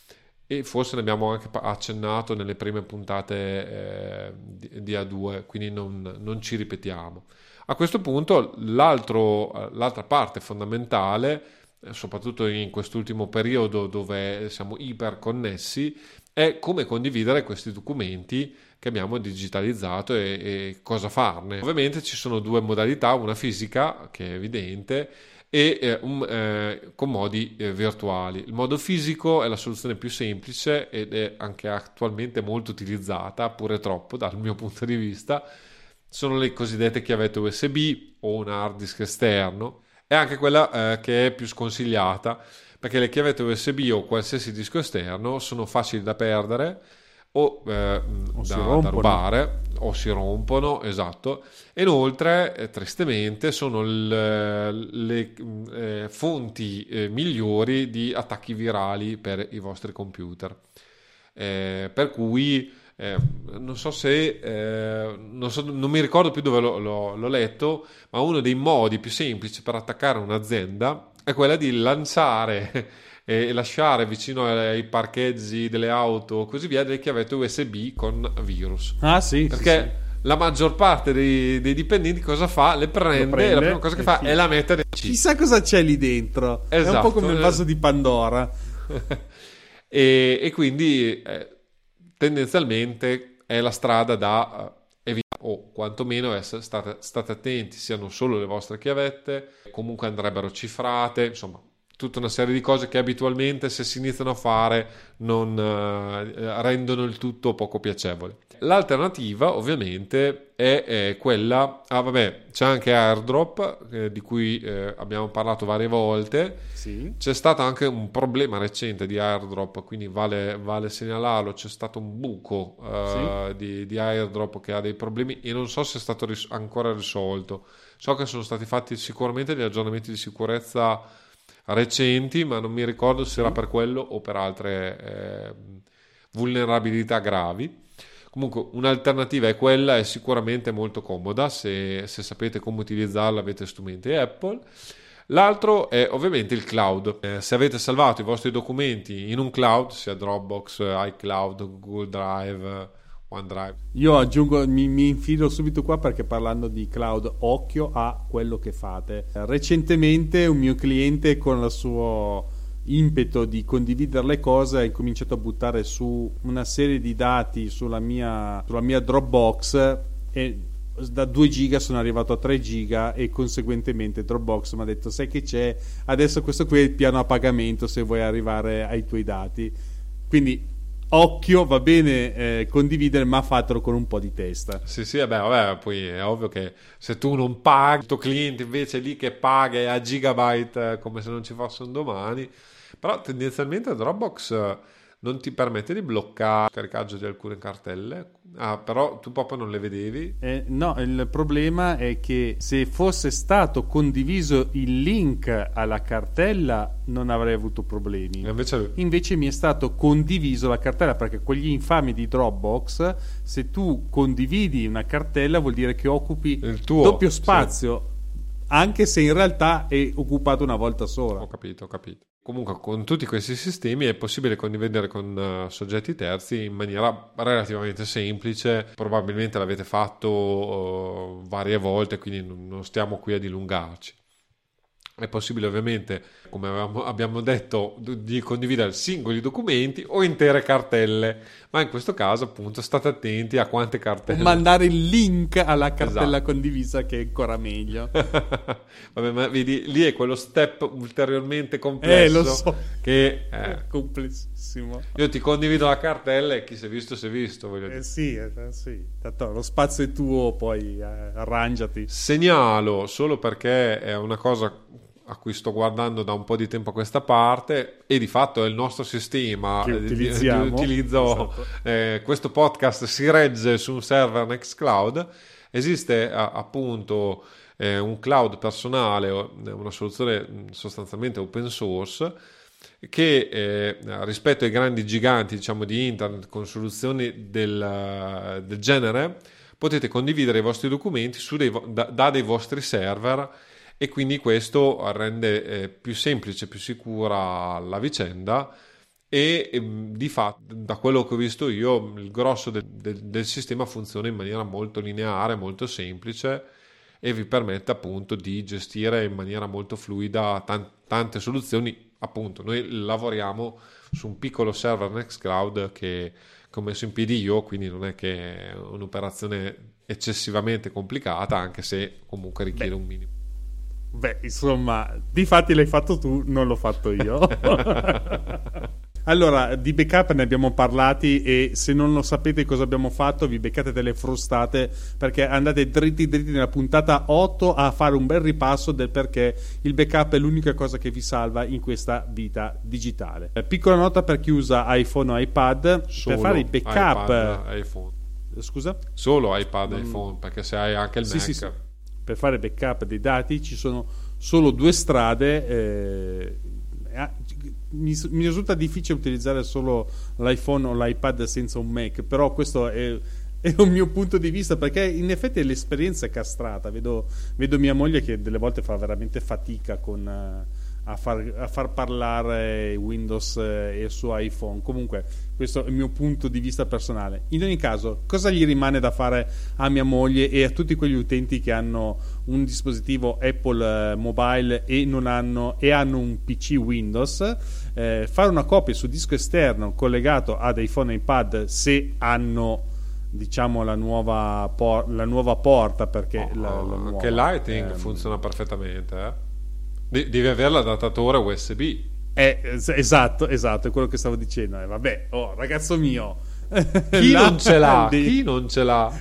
e forse ne abbiamo anche accennato nelle prime puntate eh, di, di A due, quindi non, non ci ripetiamo. A questo punto l'altro, l'altra parte fondamentale, soprattutto in quest'ultimo periodo dove siamo iperconnessi, è come condividere questi documenti che abbiamo digitalizzato e, e cosa farne. Ovviamente ci sono due modalità, una fisica che è evidente e eh, un, eh, con modi eh, virtuali. Il modo fisico è la soluzione più semplice ed è anche attualmente molto utilizzata, pure troppo dal mio punto di vista. Sono le cosiddette chiavette U S B o un hard disk esterno, è anche quella eh, che è più sconsigliata, perché le chiavette U S B o qualsiasi disco esterno sono facili da perdere o, eh, o da, da rubare o si rompono, esatto, e inoltre eh, tristemente sono le, le eh, fonti eh, migliori di attacchi virali per i vostri computer, eh, per cui eh, non so se eh, non, so, non mi ricordo più dove l'ho, l'ho, l'ho letto, ma uno dei modi più semplici per attaccare un'azienda è quella di lanciare e lasciare vicino ai parcheggi delle auto così via delle chiavette U S B con virus. Ah sì, perché sì, sì. La maggior parte dei, dei dipendenti cosa fa? Le prende, prende e la prima cosa che fa sì. è la mette nel C. Chissà cosa c'è lì dentro. Esatto. È un po' come il vaso di Pandora. e, e quindi eh, tendenzialmente è la strada da evitare, o quantomeno essere state, state attenti, siano solo le vostre chiavette, comunque andrebbero cifrate, insomma tutta una serie di cose che abitualmente, se si iniziano a fare, non eh, rendono il tutto poco piacevole. L'alternativa ovviamente è, è quella, ah vabbè, c'è anche AirDrop eh, di cui eh, abbiamo parlato varie volte. Sì. C'è stato anche un problema recente di AirDrop, quindi vale, vale segnalarlo, c'è stato un buco eh, Sì. di, di AirDrop che ha dei problemi e non so se è stato ris- ancora risolto. So che sono stati fatti sicuramente degli aggiornamenti di sicurezza recenti, ma non mi ricordo se era per quello o per altre eh, vulnerabilità gravi. Comunque un'alternativa è quella, è sicuramente molto comoda se, se sapete come utilizzarla, avete strumenti Apple. L'altro è ovviamente il cloud. Eh, se avete salvato i vostri documenti in un cloud, sia Dropbox, iCloud, Google Drive, OneDrive. Io aggiungo, mi, mi infilo subito qua perché parlando di cloud, occhio a quello che fate. Recentemente un mio cliente con il suo impeto di condividere le cose ha incominciato a buttare su una serie di dati sulla mia, sulla mia Dropbox e da due giga sono arrivato a tre giga e conseguentemente Dropbox mi ha detto sai che c'è, adesso questo qui è il piano a pagamento se vuoi arrivare ai tuoi dati. Quindi occhio, va bene eh, condividere, ma fatelo con un po' di testa. Sì, sì, vabbè, vabbè, poi è ovvio che se tu non paghi, il tuo cliente invece è lì che paga e a gigabyte eh, come se non ci fosse un domani. Però tendenzialmente Dropbox eh, non ti permette di bloccare il caricaggio di alcune cartelle. Ah, però tu proprio non le vedevi? Eh, no, il problema è che se fosse stato condiviso il link alla cartella non avrei avuto problemi. Invece... Invece mi è stato condiviso la cartella, perché quegli infami di Dropbox, se tu condividi una cartella vuol dire che occupi il tuo doppio spazio, sì. Anche se in realtà è occupato una volta sola. Ho capito, ho capito. Comunque con tutti questi sistemi è possibile condividere con uh, soggetti terzi in maniera relativamente semplice. Probabilmente l'avete fatto uh, varie volte, quindi non, non stiamo qui a dilungarci. È possibile ovviamente, come avevamo, abbiamo detto, di condividere singoli documenti o intere cartelle, ma in questo caso appunto state attenti a quante cartelle. O mandare il link alla cartella esatto. condivisa, che è ancora meglio. Vabbè, ma vedi, lì è quello step ulteriormente complesso. Eh, lo so. Che è È complessissimo. Io ti condivido la cartella e chi si è visto si è visto. Voglio dire. Eh sì, eh, sì. Tanto lo spazio è tuo, poi eh, arrangiati. Segnalo solo perché è una cosa a cui sto guardando da un po' di tempo a questa parte e di fatto è il nostro sistema che di, utilizziamo. di utilizzo. Esatto. Eh, questo podcast si regge su un server Nextcloud. Esiste a, appunto eh, un cloud personale, una soluzione sostanzialmente open source che eh, rispetto ai grandi giganti, diciamo, di internet con soluzioni del, del genere potete condividere i vostri documenti su dei, da, da dei vostri server. E quindi questo rende eh, più semplice, più sicura la vicenda e eh, di fatto, da quello che ho visto io, il grosso de- de- del sistema funziona in maniera molto lineare, molto semplice e vi permette appunto di gestire in maniera molto fluida tan- tante soluzioni. Appunto, noi lavoriamo su un piccolo server Nextcloud che, che ho messo in piedi io, quindi non è che è un'operazione eccessivamente complicata, anche se comunque richiede Beh. un minimo. Beh, insomma, difatti l'hai fatto tu, non l'ho fatto io. Allora, di backup ne abbiamo parlati e se non lo sapete cosa abbiamo fatto, vi beccate delle frustate perché andate dritti dritti nella puntata otto a fare un bel ripasso del perché il backup è l'unica cosa che vi salva in questa vita digitale. Piccola nota per chi usa iPhone o iPad, Solo per fare i backup... iPad, iPhone. Scusa? Solo iPad e Non... iPhone, perché se hai anche il sì, Mac... Sì, sì. Per fare backup dei dati ci sono solo due strade. Eh, mi, mi risulta difficile utilizzare solo l'iPhone o l'iPad senza un Mac, però questo è, è un mio punto di vista, perché in effetti l'esperienza è castrata. Vedo, vedo mia moglie che delle volte fa veramente fatica con, a far, a far parlare Windows e il suo iPhone. Comunque questo è il mio punto di vista personale. In ogni caso, cosa gli rimane da fare a mia moglie e a tutti quegli utenti che hanno un dispositivo Apple mobile e non hanno e hanno un P C Windows? Eh, fare una copia su disco esterno collegato ad iPhone e iPad, se hanno, diciamo, la nuova, por- la nuova porta, perché Oh, la, la nuova, che Lightning ehm, funziona perfettamente, eh? De- devi avere l'adattatore U S B. Eh, es- esatto, esatto, è quello che stavo dicendo. Eh, vabbè, oh, ragazzo mio, Chi là non ce l'ha? di- Chi non ce l'ha?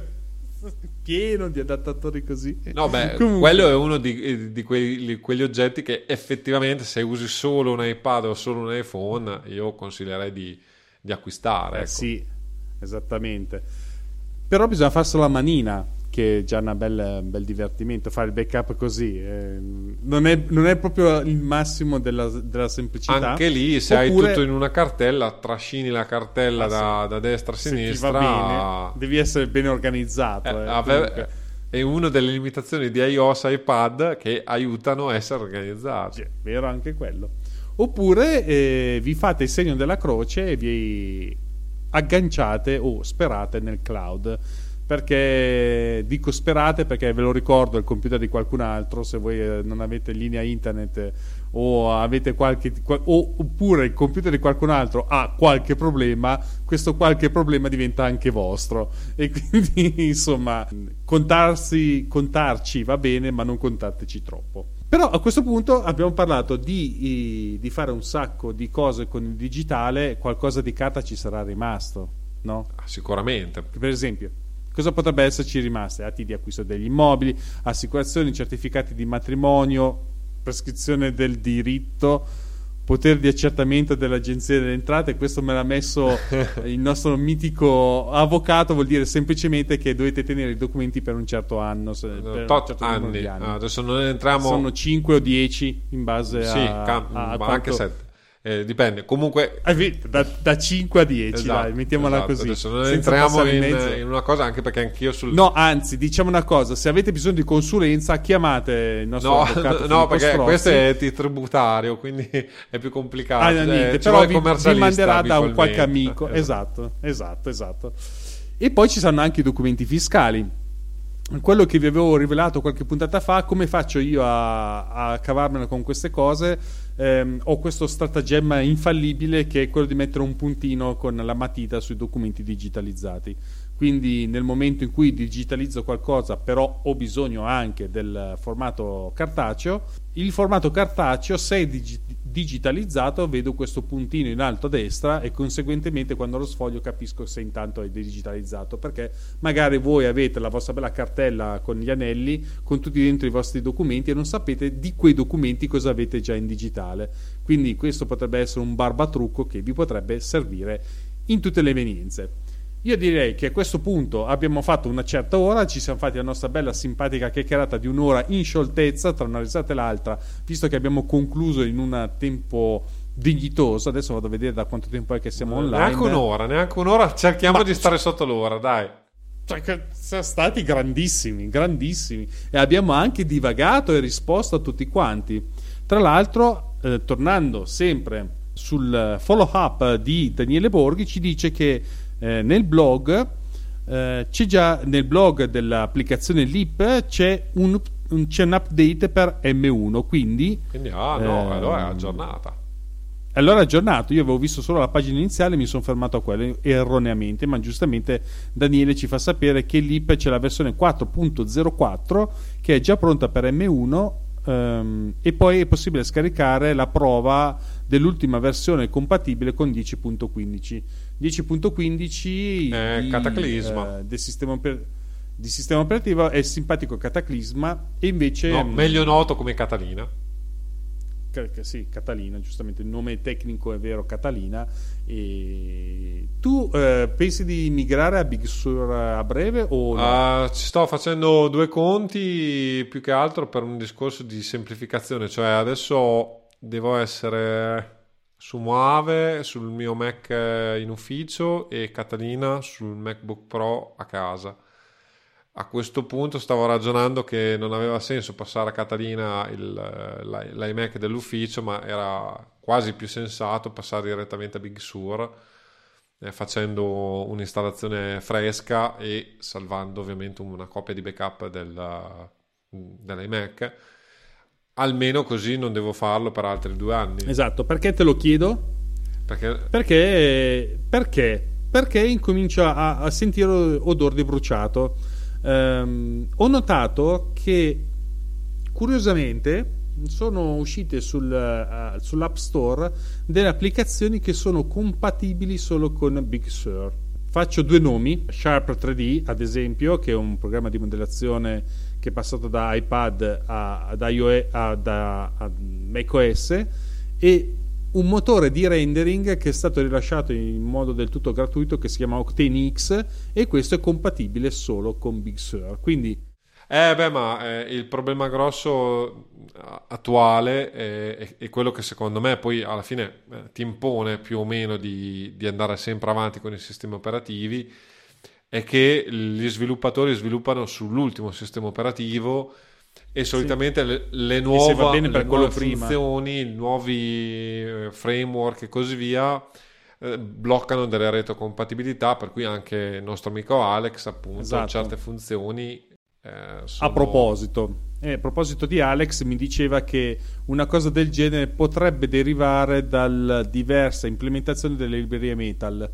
pieno di adattatori così. No, beh, Comunque, quello è uno di, di quei- quegli oggetti che effettivamente, se usi solo un iPad o solo un iPhone, io consiglierei di, di acquistare. eh, Ecco. sì, esattamente. Però bisogna farselo a manina, che è già un bel, bel divertimento fare il backup così. eh, non, è, non è proprio il massimo della, della semplicità. Anche lì, se Oppure- hai tutto in una cartella, trascini la cartella Ah, da, sì. da destra a Se ti sinistra. va bene, devi essere ben organizzato. Eh, eh, ave- comunque. è una delle limitazioni di iOS e iPad che aiutano a essere organizzati. Sì, vero anche quello. Oppure eh, vi fate il segno della croce e vi agganciate o sperate nel cloud. Perché dico sperate perché ve lo ricordo, il computer di qualcun altro, se voi eh, non avete linea internet eh, o avete qualche qual- o, oppure il computer di qualcun altro ha qualche problema, questo qualche problema diventa anche vostro, e quindi insomma contarsi, contarci va bene, ma non contateci troppo. Però a questo punto abbiamo parlato di, di fare un sacco di cose con il digitale, qualcosa di carta ci sarà rimasto, no? Ah, sicuramente. Per esempio, cosa potrebbe esserci rimaste? Atti di acquisto degli immobili, assicurazioni, certificati di matrimonio, prescrizione del diritto, potere di accertamento dell'Agenzia delle Entrate. Questo me l'ha messo il nostro mitico avvocato, vuol dire semplicemente che dovete tenere i documenti per un certo anno, se- per un Tot certo numero anni. di anni. Ah, adesso non entriamo. Sono cinque o dieci in base Sì, a, cam- a ma quanto- anche sette. Eh, dipende. Comunque, Ah, vedi, da, da cinque a dieci, esatto, dai, mettiamola esatto. così. Adesso non senza entriamo passare in, mezzo. in una cosa, anche perché anch'io sul. No, anzi, diciamo una cosa: se avete bisogno di consulenza, chiamate il nostro No, avvocato no, Filippo perché Strozzi. questo è tributario, quindi è più complicato. Ah, Eh, niente, ci però vuole vi, il vi commercialista manderà da un qualche abitualmente. amico. Esatto, esatto, esatto. E poi ci saranno anche i documenti fiscali. Quello che vi avevo rivelato qualche puntata fa, come faccio io a, a cavarmela con queste cose? Ehm, ho questo stratagemma infallibile, che è quello di mettere un puntino con la matita sui documenti digitalizzati. Quindi nel momento in cui digitalizzo qualcosa, però ho bisogno anche del formato cartaceo, il formato cartaceo, se è digi- digitalizzato, vedo questo puntino in alto a destra e conseguentemente quando lo sfoglio capisco se intanto è digitalizzato, perché magari voi avete la vostra bella cartella con gli anelli, con tutti dentro i vostri documenti, e non sapete di quei documenti cosa avete già in digitale. Quindi questo potrebbe essere un barbatrucco che vi potrebbe servire in tutte le evenienze. Io direi che a questo punto abbiamo fatto una certa ora, ci siamo fatti la nostra bella simpatica chiacchierata di un'ora in scioltezza tra una risata e l'altra, visto che abbiamo concluso in un tempo dignitoso. Adesso vado a vedere da quanto tempo è che siamo online. Neanche un'ora, neanche un'ora. Cerchiamo Ma- di stare sotto l'ora, dai. Cioè, che siamo stati grandissimi, grandissimi, e abbiamo anche divagato e risposto a tutti quanti. Tra l'altro, eh, tornando sempre sul follow up di Daniele Borghi, ci dice che eh, nel blog eh, c'è già nel blog dell'applicazione Leap c'è un, un, c'è un update per M uno, quindi Quindi, ah no, ehm, allora è aggiornata. allora è aggiornato. Io avevo visto solo la pagina iniziale e mi sono fermato a quello erroneamente, ma giustamente Daniele ci fa sapere che Leap c'è la versione quattro punto zero quattro che è già pronta per M uno, ehm, e poi è possibile scaricare la prova dell'ultima versione compatibile con dieci punto quindici. dieci punto quindici Eh, di, Cataclisma. eh, del sistema oper- di sistema operativo è il simpatico Cataclisma, e invece No, mh, meglio noto come Catalina. Ca- ca- sì, Catalina, giustamente il nome tecnico è vero, Catalina. E tu eh, pensi di migrare a Big Sur a breve o no? Ah, ci sto facendo due conti più che altro per un discorso di semplificazione, cioè adesso devo essere su Mojave sul mio Mac in ufficio e Catalina sul MacBook Pro a casa. a questo punto stavo ragionando che non aveva senso passare a Catalina il, l'i- l'iMac dell'ufficio, ma era quasi più sensato passare direttamente a Big Sur, eh, facendo un'installazione fresca e salvando ovviamente una copia di backup del, dell'iMac. Almeno così non devo farlo per altri due anni. Esatto, perché te lo chiedo? Perché, Perché, perché, perché incomincio a, a sentire odore di bruciato. Ehm, ho notato che curiosamente sono uscite sul, uh, sull'App Store delle applicazioni che sono compatibili solo con Big Sur. Faccio due nomi: Sharp tre D, ad esempio, che è un programma di modellazione che è passato da iPad a, ad iOS, a, da, a macOS, e un motore di rendering che è stato rilasciato in modo del tutto gratuito che si chiama Octane X, e questo è compatibile solo con Big Sur. Quindi eh beh, ma eh, il problema grosso attuale è, è, è quello che secondo me poi alla fine eh, ti impone più o meno di, di andare sempre avanti con i sistemi operativi, è che gli sviluppatori sviluppano sull'ultimo sistema operativo e solitamente sì. le, le nuove, va bene per le nuove prima. funzioni, i nuovi framework e così via eh, bloccano delle retrocompatibilità, per cui anche il nostro amico Alex appunto esatto. certe funzioni eh, sono... A proposito, eh, a proposito di Alex, mi diceva che una cosa del genere potrebbe derivare dalla diversa implementazione delle librerie Metal.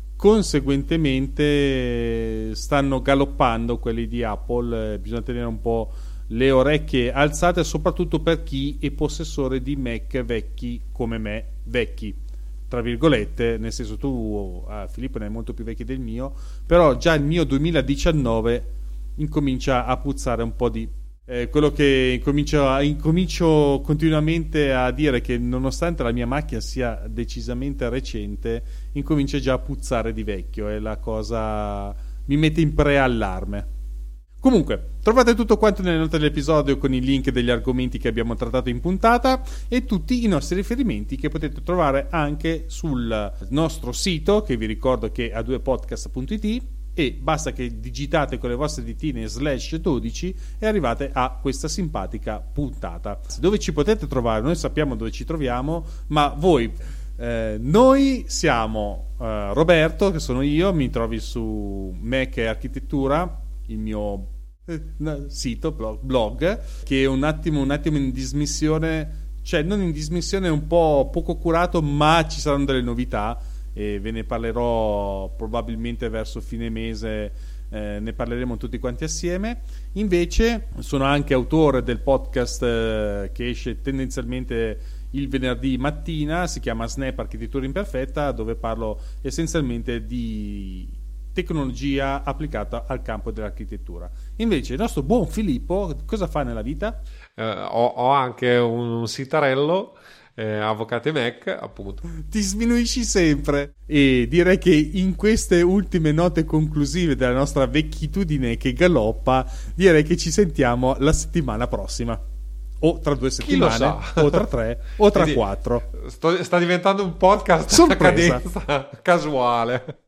Conseguentemente stanno galoppando quelli di Apple, eh, bisogna tenere un po' le orecchie alzate, soprattutto per chi è possessore di Mac vecchi come me, vecchi tra virgolette, nel senso tu ah, Filippo ne hai molto più vecchi del mio, però già il mio duemiladiciannove incomincia a puzzare un po' di eh, quello che incomincio, a, incomincio continuamente a dire, che nonostante la mia macchina sia decisamente recente, incomincia già a puzzare di vecchio, e la cosa mi mette in preallarme. Comunque, trovate tutto quanto nelle note dell'episodio con i link degli argomenti che abbiamo trattato in puntata e tutti i nostri riferimenti che potete trovare anche sul nostro sito, che vi ricordo che è a due podcast punto it, e basta che digitate con le vostre ditine slash dodici e arrivate a questa simpatica puntata. Dove ci potete trovare? Noi sappiamo dove ci troviamo, ma voi... Eh, noi siamo eh, Roberto, che sono io, mi trovi su Mac e Architettura, il mio eh, sito, blog, blog, che è un attimo, un attimo in dismissione, cioè non in dismissione, è un po' poco curato, ma ci saranno delle novità e ve ne parlerò probabilmente verso fine mese, eh, ne parleremo tutti quanti assieme. Invece sono anche autore del podcast eh, che esce tendenzialmente il venerdì mattina, si chiama Snap Architettura Imperfetta, dove parlo essenzialmente di tecnologia applicata al campo dell'architettura. Invece il nostro buon Filippo cosa fa nella vita? Eh, ho, ho anche un, un sitarello, eh, Avvocate Mac, appunto. Ti sminuisci sempre. E direi che in queste ultime note conclusive della nostra vecchitudine che galoppa, direi che ci sentiamo la settimana prossima, o tra due settimane, o tra tre, o tra Quindi, quattro. Sto, sta diventando un podcast sorpresa, a cadenza casuale.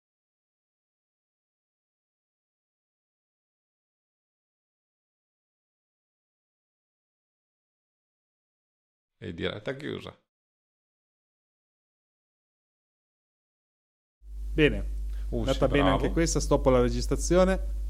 E diretta chiusa. Bene, uh, è andata sì, bene bravo. anche questa. Stoppo la registrazione.